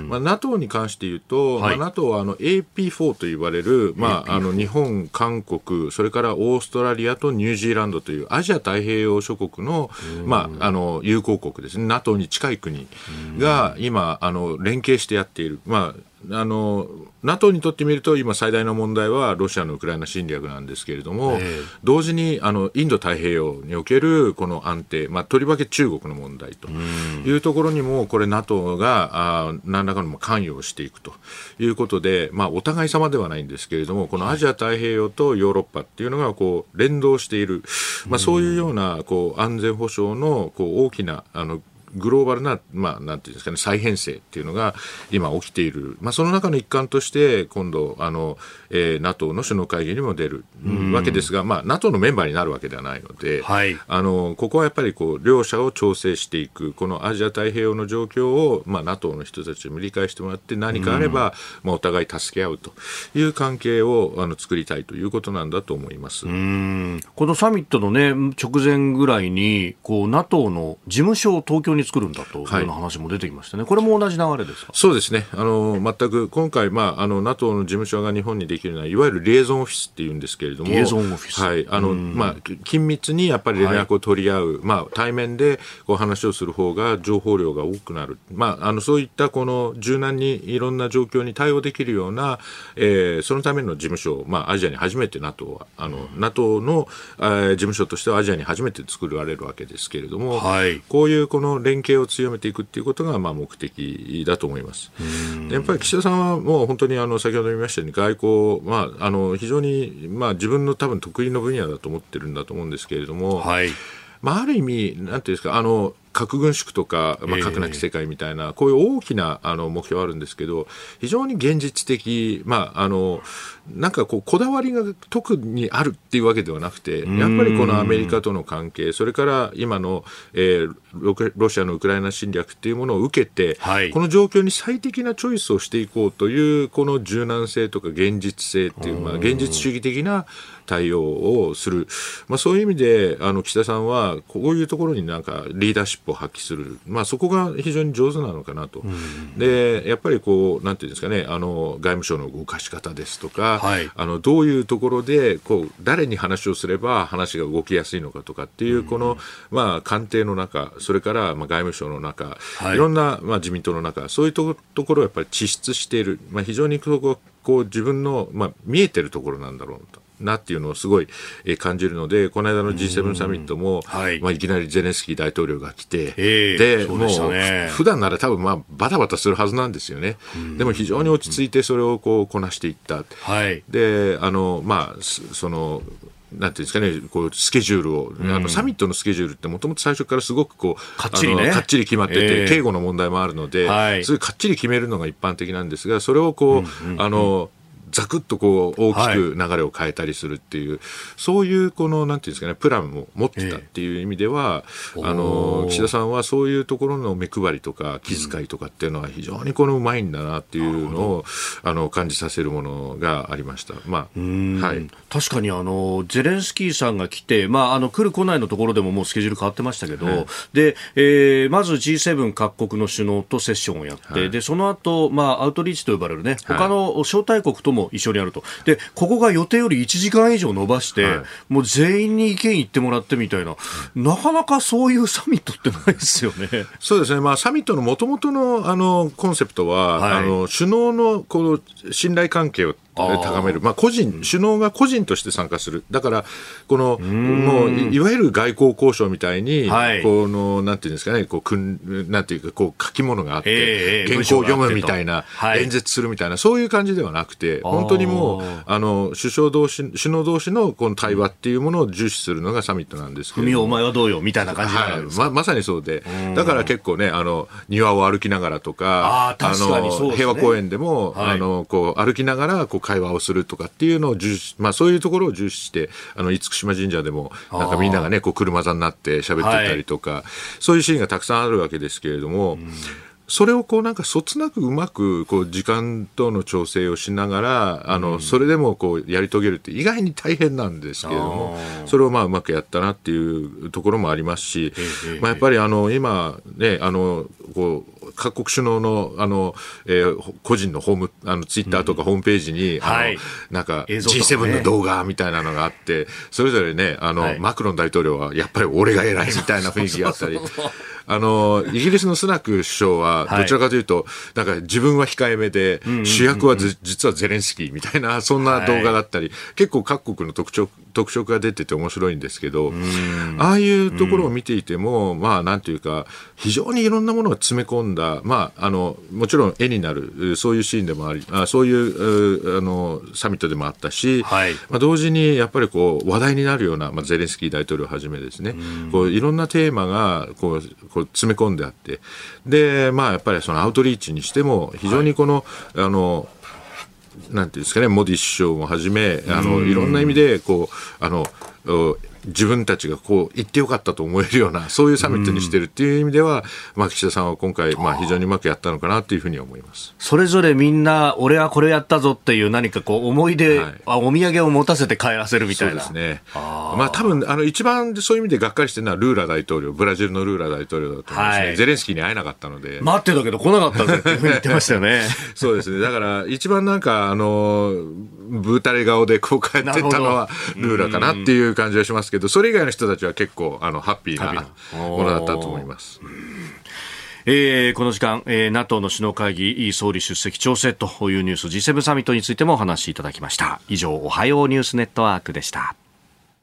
まあ、NATO に関して言うと、はい、まあ、NATO はあの エーピーフォー と言われる、まあ、あの日本、韓国、それからオーストラリアとニュージーランドというアジア太平洋諸国のまあ、あの友好国ですね、 NATO に近い国が今あの連携してやっている、まああの NATO にとってみると今最大の問題はロシアのウクライナ侵略なんですけれども、同時にあのインド太平洋におけるこの安定、まあ、とりわけ中国の問題というところにもこれ NATO があ何らかの関与をしていくということで、まあ、お互い様ではないんですけれども、このアジア太平洋とヨーロッパっていうのがこう連動している、まあ、そういうようなこう安全保障のこう大きなあのグローバルな、まあ、なんていうんですかね、再編成っていうのが今起きている、まあ、その中の一環として今度あの、えー、NATO の首脳会議にも出るわけですが、まあ、NATO のメンバーになるわけではないので、はい、あのここはやっぱりこう両者を調整していく、このアジア太平洋の状況を、まあ、NATO の人たちにも理解してもらって、何かあれば、まあ、お互い助け合うという関係をあの作りたいということなんだと思います。 うーん、このサミットの、ね、直前ぐらいにこう NATO の事務所を東京に作るんだというような話も出てきましたね。これも同じ流れですか。 そうですね、あの全く今回、まあ、あの NATO の事務所が日本にできるのはいわゆるリエゾンオフィスっていうんですけれども、 リエゾンオフィス、 はい、あのまあ、緊密にやっぱり連絡を取り合う、はい、まあ、対面でこう話をする方が情報量が多くなる、まあ、あのそういったこの柔軟にいろんな状況に対応できるような、えー、そのための事務所を、まあ、アジアに初めて NATO はあの NATO の、えー、事務所としてはアジアに初めて作られるわけですけれども、はい、こういうこの連携を強めていくということがまあ目的だと思います。でやっぱり岸田さんはもう本当にあの先ほど言いましたように外交、まあ、あの非常にまあ自分の多分得意の分野だと思ってるんだと思うんですけれども、はい、まあ、ある意味なんていうんですか、あの核軍縮とか、まあ、核なき世界みたいな、こういう大きなあの目標あるんですけど、非常に現実的、まあ、あのなんかこうこだわりが特にあるっていうわけではなくて、やっぱりこのアメリカとの関係、それから今の、えー、ロ, ロシアのウクライナ侵略っていうものを受けて、はい、この状況に最適なチョイスをしていこうというこの柔軟性とか現実性っていう、まあ、現実主義的な対応をする、まあ、そういう意味であの岸田さんはこういうところになんかリーダーシップを発揮する、まあ、そこが非常に上手なのかなと。でやっぱりこうなんていうんですかね、あの外務省の動かし方ですとか、はい、あのどういうところでこう誰に話をすれば話が動きやすいのかとかっていうこの、まあ、官邸の中、それからまあ外務省の中、はい、いろんなまあ自民党の中、そういうところをやっぱり地質している、まあ、非常にこうこう自分の、まあ、見えてるところなんだろうとなっていうのをすごい感じるので、この間の ジーセブン サミットも、はいまあ、いきなりゼレンスキー大統領が来て、えー、でもう普段なら多分まあバタバタするはずなんですよね。でも非常に落ち着いてそれをこうこなしていった、はい、であのまあそのなんていうんですかね、こうスケジュールを、うん、あのサミットのスケジュールってもともと最初からすごくこうかっちりね、かっちり決まってて、えー、警護の問題もあるので、はい、そういうかっちり決めるのが一般的なんですが、それをこう、うんうんうん、あのざくっとこう大きく流れを変えたりするっていう、はい、そういうこのなんていうんですかね、プランを持ってたっていう意味では、えー、あの岸田さんはそういうところの目配りとか気遣いとかっていうのは非常にこのうまいんだなっていうのを、うん、あの感じさせるものがありました。まあうんはい、確かにあのゼレンスキーさんが来て、まあ、あの来る来ないのところでももうスケジュール変わってましたけど、はい、でえー、まず ジーセブン 各国の首脳とセッションをやって、はい、でその後、まあアウトリーチと呼ばれるね、他の招待国とも一緒にやると。でここが予定よりいちじかん以上延ばして、はい、もう全員に意見言ってもらってみたいな、なかなかそういうサミットってないですよね。そうですね、まあ、サミットの元々の、あのコンセプトは、はい、あの首脳のこの信頼関係を高める、まあ、個人首脳が個人として参加する。だからこのもう い, いわゆる外交交渉みたいに、はい、このなんていうんですかね、こうくんなんていうかこう書き物があって、えー、原稿を読むみたいな、はい、演説するみたいな、そういう感じではなくて、本当にもうあの首相同士首脳同士のこの対話っていうものを重視するのがサミットなんですけど、文雄お前はどうよみたいな感じになるんですか。はい、ま, まさにそうで、だから結構ね、あの庭を歩きながらとか、あ確かにそうですね、平和公園でも、はい、あのこう歩きながらこう会話をするとかっていうのを重視、まあ、そういうところを重視して、あの厳島神社でもなんかみんながねこう車座になって喋ってたりとか、はい、そういうシーンがたくさんあるわけですけれども、うん、それをこうなんかそつなくうまくこう時間との調整をしながら、あのそれでもこうやり遂げるって意外に大変なんですけれども、それをまあうまくやったなっていうところもありますし、まあ、やっぱりあの今ね、あのこう各国首脳のあの、えー、個人のホームあのツイッターとかホームページに、うん、あの、はい、なんか ジーセブン の動画みたいなのがあって、それぞれね、あの、はい、マクロン大統領はやっぱり俺が偉いみたいな雰囲気があったりあのイギリスのスナク首相はどちらかというと、はい、なんか自分は控えめで、うんうんうんうん、主役は実はゼレンスキーみたいな、そんな動画だったり、はい、結構各国の特徴特色が出てて面白いんですけど、ああいうところを見ていても、まあなんていうか非常にいろんなものが詰め込んだ、まああのもちろん絵になるそういうシーンでもあり、あそういうあのサミットでもあったし、はい、まあ、同時にやっぱりこう話題になるような、まあ、ゼレンスキー大統領をはじめですね、こういろんなテーマがこうこう詰め込んであって、でまあやっぱりそのアウトリーチにしても非常にこの、はい、あのなんていうんですかね、モディ首相もはじめ、あのいろんな意味でこうあの自分たちがこう言ってよかったと思えるような、そういうサミットにしているっていう意味では、まあ、岸田さんは今回、まあ、非常にうまくやったのかなというふうに思います。それぞれみんな俺はこれやったぞっていう何かこう思い出、はい、あお土産を持たせて帰らせるみたいな。そうですね。あ、まあ、多分あの一番そういう意味でがっかりしてるのはルーラ大統領、ブラジルのルーラ大統領だと思いますね、はい、ゼレンスキーに会えなかったので、待ってたけど来なかったぜっていうふうに言ってましたよねそうですね。だから一番なんかあのブータレ顔でこう帰ってったのはルーラかなっていう感じがしますけど、それ以外の人たちは結構あのハッピーなものだったと思います。えー、この時間、えー、NATO の首脳会議総理出席調整というニュース、 ジーセブン サミットについてもお話しいただきました。以上、おはようニュースネットワークでした。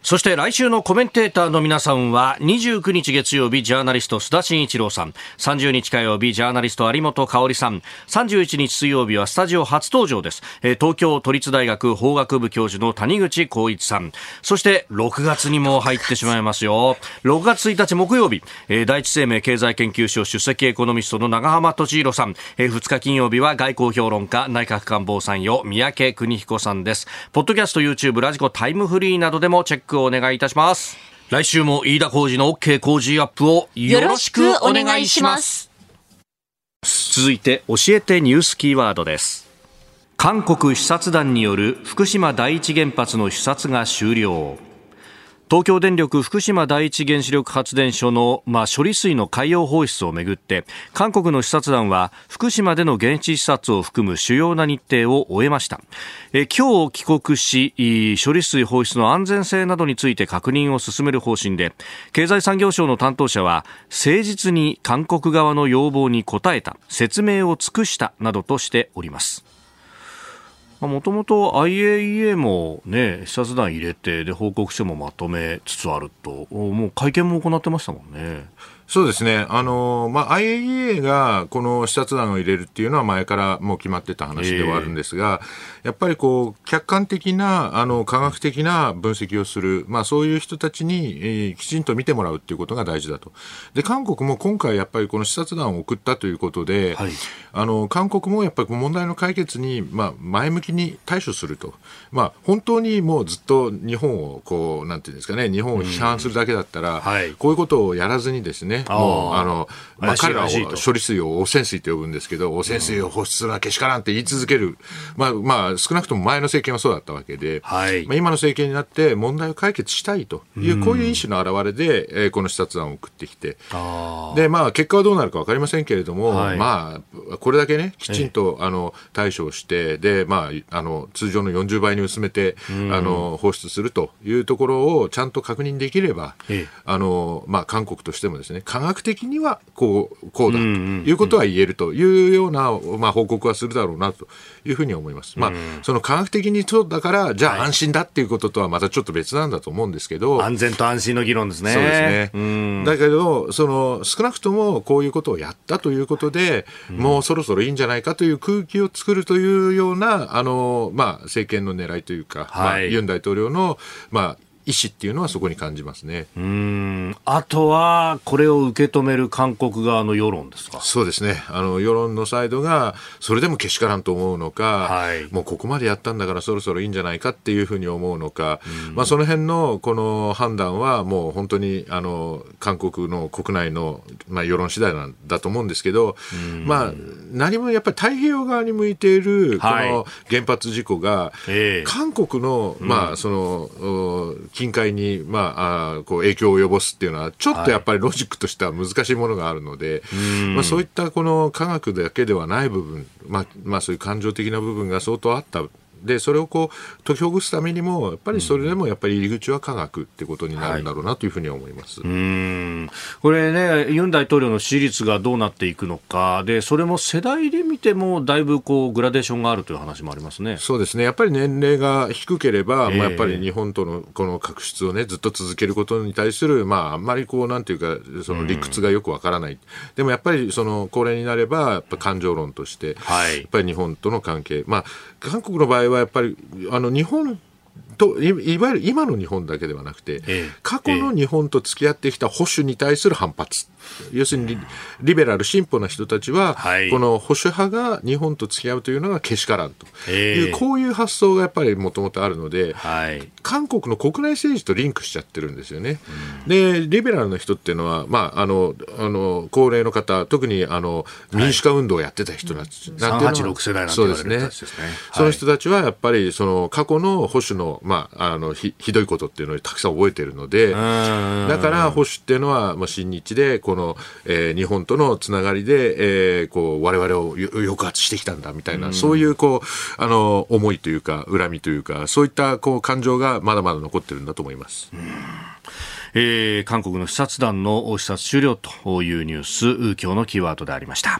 そして来週のコメンテーターの皆さんはにじゅうくにち月曜日ジャーナリスト須田慎一郎さん、さんじゅうにち火曜日ジャーナリスト有本香里さん、さんじゅういちにち水曜日はスタジオ初登場です。東京都立大学法学部教授の谷口浩一さん、そしてろくがつにも入ってしまいますよ。ろくがつついたち木曜日、第一生命経済研究所出席エコノミストの長浜俊弘さん、ふつか金曜日は外交評論家内閣官房参与三宅邦彦さんです。ポッドキャスト、YouTube、ラジコ、タイムフリーなどでもチェックをお願いいたします。来週も飯田浩司の OK 工事アップをよろしくお願いします。続いて教えてニュースキーワードです。韓国視察団による福島第一原発の視察が終了。東京電力福島第一原子力発電所の、まあ、処理水の海洋放出をめぐって韓国の視察団は福島での現地視察を含む主要な日程を終えました。え今日帰国し、処理水放出の安全性などについて確認を進める方針で、経済産業省の担当者は誠実に韓国側の要望に応えた、説明を尽くしたなどとしております。もともと アイエーイーエー も、ね、視察団入れてで報告書もまとめつつあると、もう会見も行ってましたもんね。 そうですね、あのまあ、アイエーイーエー がこの視察団を入れるっていうのは前からもう決まってた話ではあるんですが、えー、やっぱりこう客観的なあの科学的な分析をする、まあ、そういう人たちに、えー、きちんと見てもらうっていうことが大事だと。で韓国も今回やっぱりこの視察団を送ったということで、はい、あの韓国もやっぱり問題の解決に、まあ、前向きに対処すると、まあ、本当にもうずっと日本をこうなんていうんですかね、日本を批判するだけだったら、うんはい、こういうことをやらずにですね、もうあの、まあ、彼らは処理水を汚染水と呼ぶんですけど、汚染水を放出するのはけしからんって言い続ける、まあまあ、少なくとも前の政権はそうだったわけで、はいまあ、今の政権になって問題を解決したいという、こういう意思の表れで、えー、この視察団を送ってきて、で、まあ、結果はどうなるか分かりませんけれども、はいまあ、これだけねきちんとあの対処をしてで、まあ、あの通常のよんじゅうばいに薄めてあの放出するというところをちゃんと確認できれば、あのまあ、韓国としてもですね、科学的にはこう、こうだということは言えるというような、まあ、報告はするだろうなというふうに思います。まあ、その科学的にそうだからじゃあ安心だっていうこととはまたちょっと別なんだと思うんですけど、 安全と安心の議論ですね。 そうですね。うんだけどその少なくともこういうことをやったということで、もうそろそろいいんじゃないかという空気を作るというようなあの、まあ、政権の狙いというか、はいまあ、ユン大統領の、まあ意思っていうのはそこに感じますね。 うーんあとはこれを受け止める韓国側の世論ですか。 そうですね、あの世論のサイドがそれでもけしからんと思うのか、はい、もうここまでやったんだからそろそろいいんじゃないかっていうふうに思うのか、まあ、その辺のこの判断はもう本当にあの韓国の国内の、まあ、世論次第なんだと思うんですけど、まあ、何もやっぱり太平洋側に向いているこの原発事故が、はいえー、韓国の、まあその近海に、まあ、あこう影響を及ぼすっていうのはちょっとやっぱりロジックとしては難しいものがあるので、はいまあ、そういったこの科学だけではない部分、まあまあ、そういう感情的な部分が相当あったで、それをこう解きほぐすためにもやっぱりそれでもやっぱり入り口は科学ってことになるんだろうなというふうに思います、 はい、うーんこれね、ユン大統領の支持率がどうなっていくのかで、それも世代で見てもだいぶこうグラデーションがあるという話もありますね。 そうですね、やっぱり年齢が低ければ、えーまあ、やっぱり日本とのこの確執をねずっと続けることに対する、まあ、あんまりこうなんていうかその理屈がよくわからない。でもやっぱりその高齢になればやっぱ感情論として、はい、やっぱり日本との関係、まあ、韓国の場合はやっぱりあの日本と い, いわゆる今の日本だけではなくて、ええ、過去の日本と付き合ってきた保守に対する反発、ええ、要するに リ, リベラル進歩な人たちは、はい、この保守派が日本と付き合うというのがけしからんという、ええ、こういう発想がやっぱりもともとあるので、はい、韓国の国内政治とリンクしちゃってるんですよね、うん、でリベラルな人っていうのは、まあ、あのあの高齢の方、特にあの民主化運動をやってた人たち、 はい、さんはちろく世代なんて言われる人たちですね。 その人たちはやっぱりその過去の保守のまあ、あの ひ, ひどいことっていうのをたくさん覚えているので、だから保守っていうのは、まあ、親日でこの、えー、日本とのつながりで、えー、こう我々を抑圧してきたんだみたいな、うそういうこうあの思いというか恨みというか、そういったこう感情がまだまだ残ってるんだと思います。うんえー、韓国の視察団の視察終了というニュース、今日のキーワードでありました。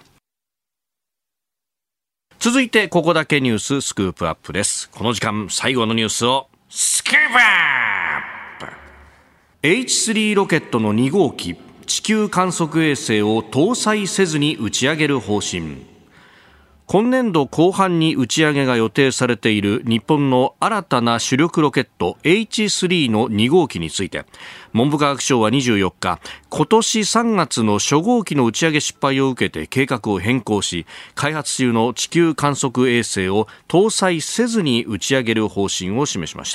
続いてここだけニューススクープアップです。この時間最後のニュースをスクープアップ。 エイチスリー ロケットのに号機、地球観測衛星を搭載せずに打ち上げる方針。今年度後半に打ち上げが予定されている日本の新たな主力ロケット エイチスリー のに号機について、文部科学省はにじゅうよっか、今年さんがつの初号機の打ち上げ失敗を受けて計画を変更し、開発中の地球観測衛星を搭載せずに打ち上げる方針を示しました。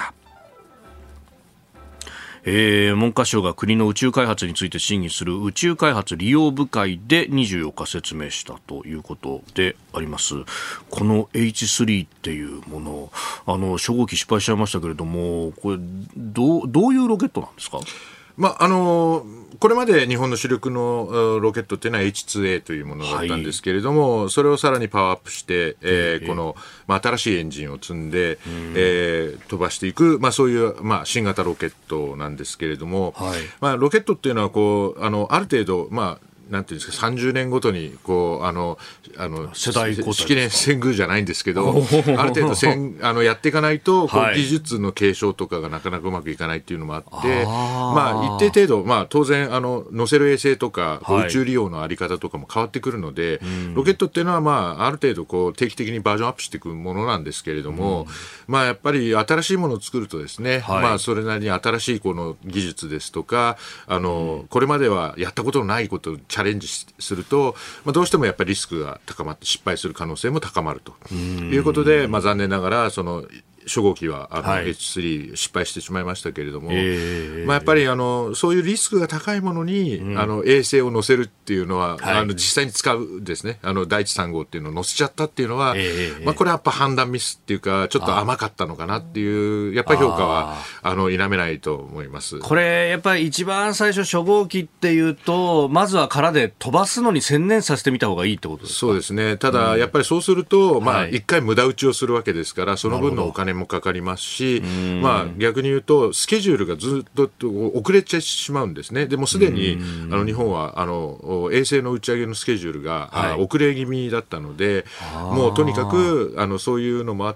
えー、文科省が国の宇宙開発について審議する宇宙開発利用部会でにじゅうよっか説明したということであります。この エイチスリー っていうもの、あの初号機失敗しちゃいましたけれども、これどう、どういうロケットなんですか？ まああのこれまで日本の主力のロケットっていうのは エイチツーエー というものだったんですけれども、はい、それをさらにパワーアップして、えー、この、まあ、新しいエンジンを積んで、えー、飛ばしていく、まあ、そういう、まあ、新型ロケットなんですけれども、はい、まあ、ロケットっていうのはこう あの、ある程度、まあなんていうんですか、さんじゅうねんごとにこうあのあの世代交代、 式年遷宮じゃないんですけど、ある程度せんあのやっていかないと、こう技術の継承とかがなかなかうまくいかないっていうのもあって、あ、まあ、一定程度、まあ、当然あの載せる衛星とか、はい、宇宙利用のあり方とかも変わってくるので、ロケットっていうのは、まあ、ある程度こう定期的にバージョンアップしていくものなんですけれども、まあ、やっぱり新しいものを作るとですね、はい、まあ、それなりに新しいこの技術ですとか、あのこれまではやったことのないことをチャレンジすると、まあ、どうしてもやっぱりリスクが高まって失敗する可能性も高まるということで、まあ、残念ながらその初号機はあの、はい、エイチスリー 失敗してしまいましたけれども、えーまあ、やっぱりあのそういうリスクが高いものに、うん、あの衛星を載せるっていうのは、はい、あの実際に使うですね、あのだいいちさん号っていうのを載せちゃったっていうのは、えーまあ、これはやっぱ判断ミスっていうかちょっと甘かったのかなっていうやっぱり評価はあの否めないと思います。 これやっぱり一番最初初号機っていうとまずは空で飛ばすのに専念させてみた方がいいってことですか？ そうですね。ただ、うん、やっぱりそうすると、まあ、はい、いっかい無駄打ちをするわけですからその分のお金もかかりますし、まあ、逆に言うとスケジュールがずっと遅れてしまうんですね。でもすでにあの日本はあの衛星の打ち上げのスケジュールが、はい、遅れ気味だったので、もうとにかくあのそういうのもあって、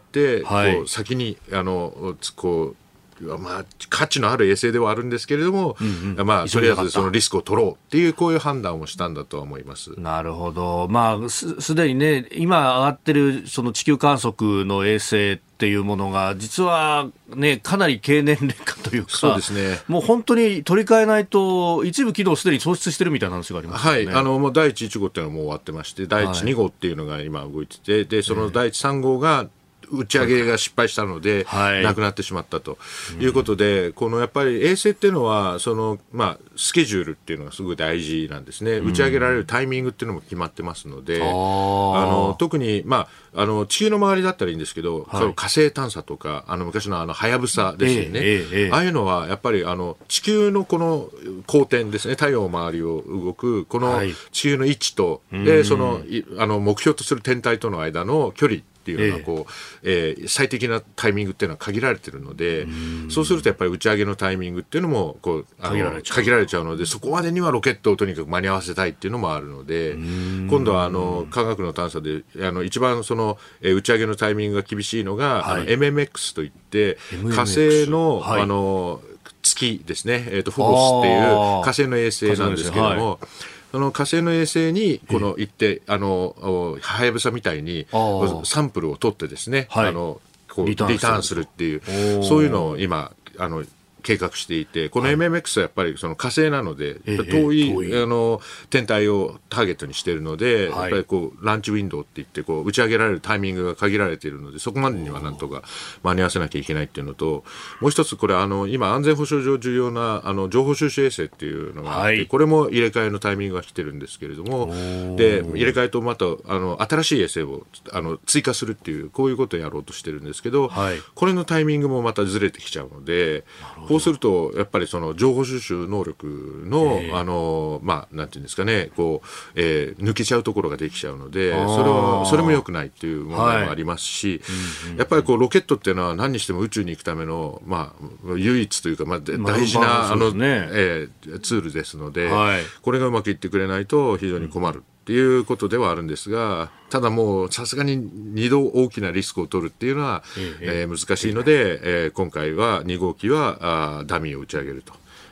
はい、こう先にあのこうまあ、価値のある衛星ではあるんですけれども、うんうん、まあ、とりあえずそのリスクを取ろうっていうこういう判断をしたんだとは思います。 なるほど。まあ、す、すでにね、今上がってるその地球観測の衛星っていうものが実はね、かなり経年劣化というか、 そうですね。 もう本当に取り替えないと一部機能すでに喪失してるみたいな話がありますよね。 はい。あの、もうだいいち、いち号っていうのはもう終わってまして、だいいち、に号っていうのが今動いてて、で、そのだいいち、さん号が打ち上げが失敗したので、はい、なくなってしまったということで、うん、このやっぱり衛星っていうのはその、まあ、スケジュールっていうのがすごい大事なんですね。打ち上げられるタイミングっていうのも決まってますので、うん、あの特に、まあ、あの地球の周りだったらいいんですけど、はい、火星探査とかあの昔のあのはやぶさですよね、えーえー、ああいうのはやっぱりあの地球のこの公転ですね、太陽周りを動くこの地球の位置と、はい、でそのあの目標とする天体との間の距離っていうのがこう、えー、最適なタイミングっていうのは限られているので、うそうするとやっぱり打ち上げのタイミングっていうのもこうあの限られちゃう、限られちゃうので、そこまでにはロケットをとにかく間に合わせたいっていうのもあるので、今度はあの科学の探査であの一番その、えー、打ち上げのタイミングが厳しいのが、はい、あの エムエムエックス といって火星の、はい、あの月ですね、えー、とフォボスっていう火星の衛星なんですけども、その火星の衛星にこの行ってあのはやぶさみたいにサンプルを取ってですね、はい、あのこうリターンするっていうそういうのを今あの計画していて、この エムエムエックス はやっぱりその火星なので、はい、遠い、遠いあの天体をターゲットにしているので、はい、やっぱりこうランチウィンドウっていってこう打ち上げられるタイミングが限られているので、そこまでにはなんとか間に合わせなきゃいけないっていうのと、もう一つこれあの今安全保障上重要なあの情報収集衛星っていうのがあって、はい、これも入れ替えのタイミングが来てるんですけれども、で入れ替えとまたあの新しい衛星をあの追加するっていうこういうことをやろうとしてるんですけど、はい、これのタイミングもまたずれてきちゃうので、こうするとやっぱりその情報収集能力の、あのまあなんていうんですかね、こう、えー、抜けちゃうところができちゃうので、それはそれも良くないっていう問題もありますし、はい、やっぱりこうロケットっていうのは何にしても宇宙に行くためのまあ唯一というか、まあ、大事なあの、えー、ツールですので、はい、これがうまくいってくれないと非常に困る。うんっていうことではあるんですが、ただもうさすがににど大きなリスクを取るっていうのは、えええー、難しいので、えー、今回はに号機はあダミーを打ち上げると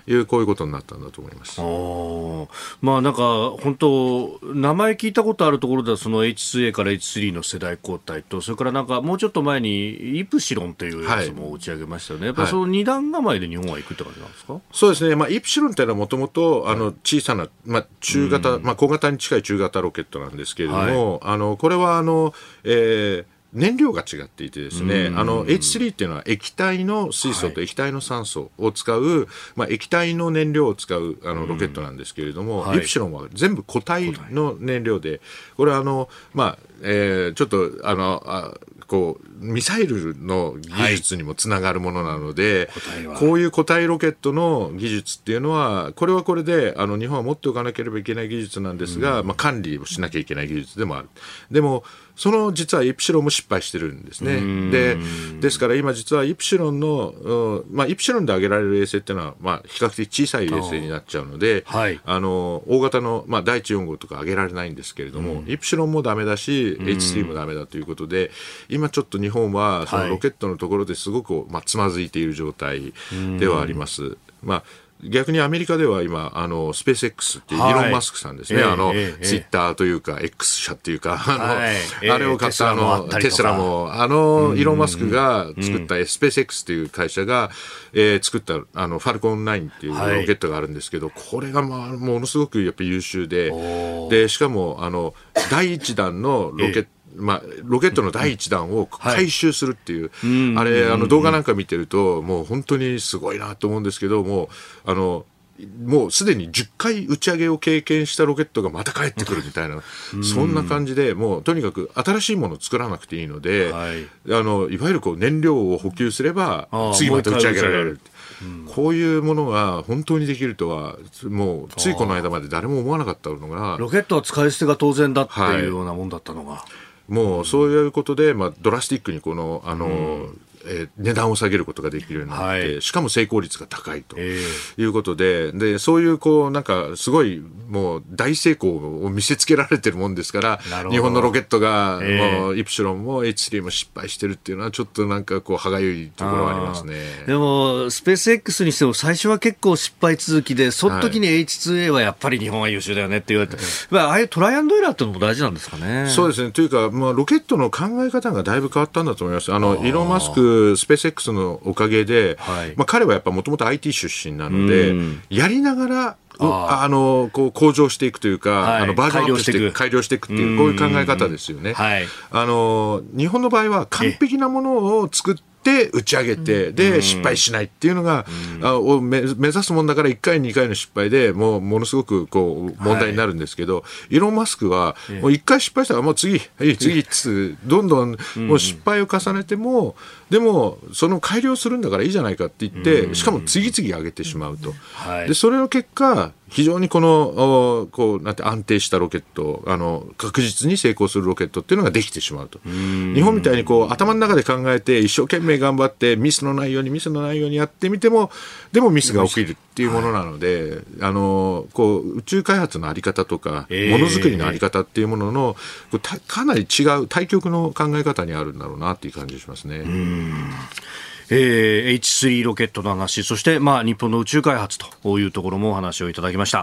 いうこういうことになったんだと思います。 あ、まあ、なんか本当名前聞いたことあるところではその エイチツーエー から エイチスリー の世代交代と、それからなんかもうちょっと前にイプシロンというやつも打ち上げましたよね、はい、やっぱりその二段構えで日本は行くって感じなんですか？はい、 そうですね、まあ、イプシロンというのはもともと小さな、まあ、中型、まあ、小型に近い中型ロケットなんですけれども、はい、あのこれはあの、えー燃料が違っていてですね、あの エイチスリー っていうのは液体の水素と液体の酸素を使う、はい、まあ、液体の燃料を使うあのロケットなんですけれども、はい、イプシロンは全部固体の燃料で、これはあの、まあえー、ちょっとあのあこうミサイルの技術にもつながるものなので、はい、こういう固体ロケットの技術っていうのはこれはこれであの日本は持っておかなければいけない技術なんですが、まあ、管理をしなきゃいけない技術でもある。でもその実はイプシロンも失敗してるんですね。で、ですから今実はイプシロンの、まあ、イプシロンで上げられる衛星っていうのは、まあ、比較的小さい衛星になっちゃうので、はい、あの大型の、まあ、だいいちよん号とか上げられないんですけれども、イプシロンもダメだし エイチスリー もダメだということで、今ちょっと日本はそのロケットのところですごく、まあ、つまずいている状態ではあります。まあ逆にアメリカでは今あのスペース X っていうイーロン・マスクさんですね、はい、あの、えー、ツイッターというか X 社っていうか、あの、はい、あれを買ったあのテスラもあのイーロン・マスクが作ったスペース X という会社が、えー、作ったあのファルコンナインっていうロケットがあるんですけど、はい、これが、まあ、ものすごくやっぱり優秀で、でしかもあのだいいちだんのロケット、えーまあ、ロケットのだいいちだんを回収するっていう、はい、あれあの動画なんか見てるともう本当にすごいなと思うんですけど、もうあのもうすでにじゅっかい打ち上げを経験したロケットがまた帰ってくるみたいなそんな感じで、もうとにかく新しいものを作らなくていいので、はい、あのいわゆるこう燃料を補給すれば次また打ち上げられる。こういうものが本当にできるとはもうついこの間まで誰も思わなかったのが、 ロケットは使い捨てが当然だっていうようなもんだったのが、はい、 もうそういうことで、まあ、ドラスティックにこの、あの、うんえー、値段を下げることができるようになって、はい、しかも成功率が高いということで、えー、でそういうこうなんかすごいもう大成功を見せつけられてるもんですから、日本のロケットが、えー、もうイプシロンも エイチスリー も失敗してるっていうのはちょっとなんかこう歯がゆいところはありますね。 でもスペース X にしても最初は結構失敗続きで、その時に エイチツーエー はやっぱり日本は優秀だよねって言われて、うん、ああいうトライアンドエラーってのも大事なんですかね。 そうですね。というか、まあ、ロケットの考え方がだいぶ変わったんだと思います。あのイーロン・マスクスペース X のおかげで、はい、まあ、彼はやっぱもともと アイティー 出身なので、やりながらああのこう向上していくというか、はい、あのバージョンアップして改良していくっていう、こういう考え方ですよね。はい、あの日本の場合は完璧なものを作ってで打ち上げて、で失敗しないっていうのが、うん、あを目指すもんだからいっかいにかいの失敗でもうものすごくこう問題になるんですけど、はい、イーロン・マスクはもういっかい失敗したらもう次はい次っつどんどんもう失敗を重ねても、でもその改良するんだからいいじゃないかって言って、しかも次々上げてしまうと、はい、でそれの結果非常にこのこうなんて安定したロケット、あの確実に成功するロケットっていうのができてしまうと。日本みたいにこう頭の中で考えて一生懸命頑張ってミスのないようにミスのないようにやってみてもでもミスが起きるっていうものなので、はい、あのこう宇宙開発のあり方とか、えー、ものづくりのあり方っていうもののかなり違う対極の考え方にあるんだろうなっていう感じがしますね。うん、 えー、エイチスリー ロケットの話、そして、まあ、日本の宇宙開発というところもお話をいただきました。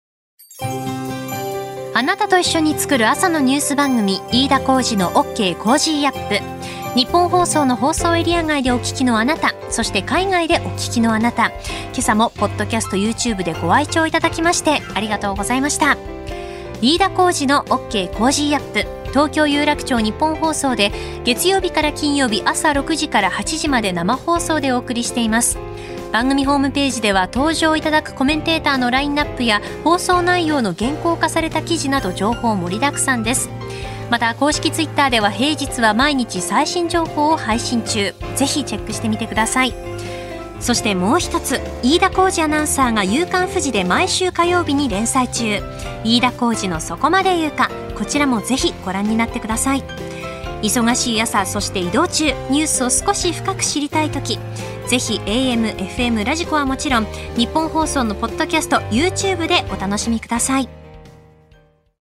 あなたと一緒に作る朝のニュース番組、飯田浩司の OK コージーアップ。日本放送の放送エリア外でお聞きのあなた、そして海外でお聞きのあなた、今朝もポッドキャスト YouTube でご愛聴いただきましてありがとうございました。飯田浩司の OK コージーアップ、東京有楽町日本放送で月曜日から金曜日朝ろくじからはちじまで生放送でお送りしています。番組ホームページでは登場いただくコメンテーターのラインナップや放送内容の原稿化された記事など情報盛りだくさんです。また公式ツイッターでは平日は毎日最新情報を配信中、ぜひチェックしてみてください。そしてもう一つ、飯田浩司アナウンサーが夕刊フジで毎週火曜日に連載中、飯田浩司のそこまで言うか、こちらもぜひご覧になってください。忙しい朝、そして移動中、ニュースを少し深く知りたいとき、ぜひ エーエム、エフエム、ラジコはもちろん日本放送のポッドキャスト YouTube でお楽しみください。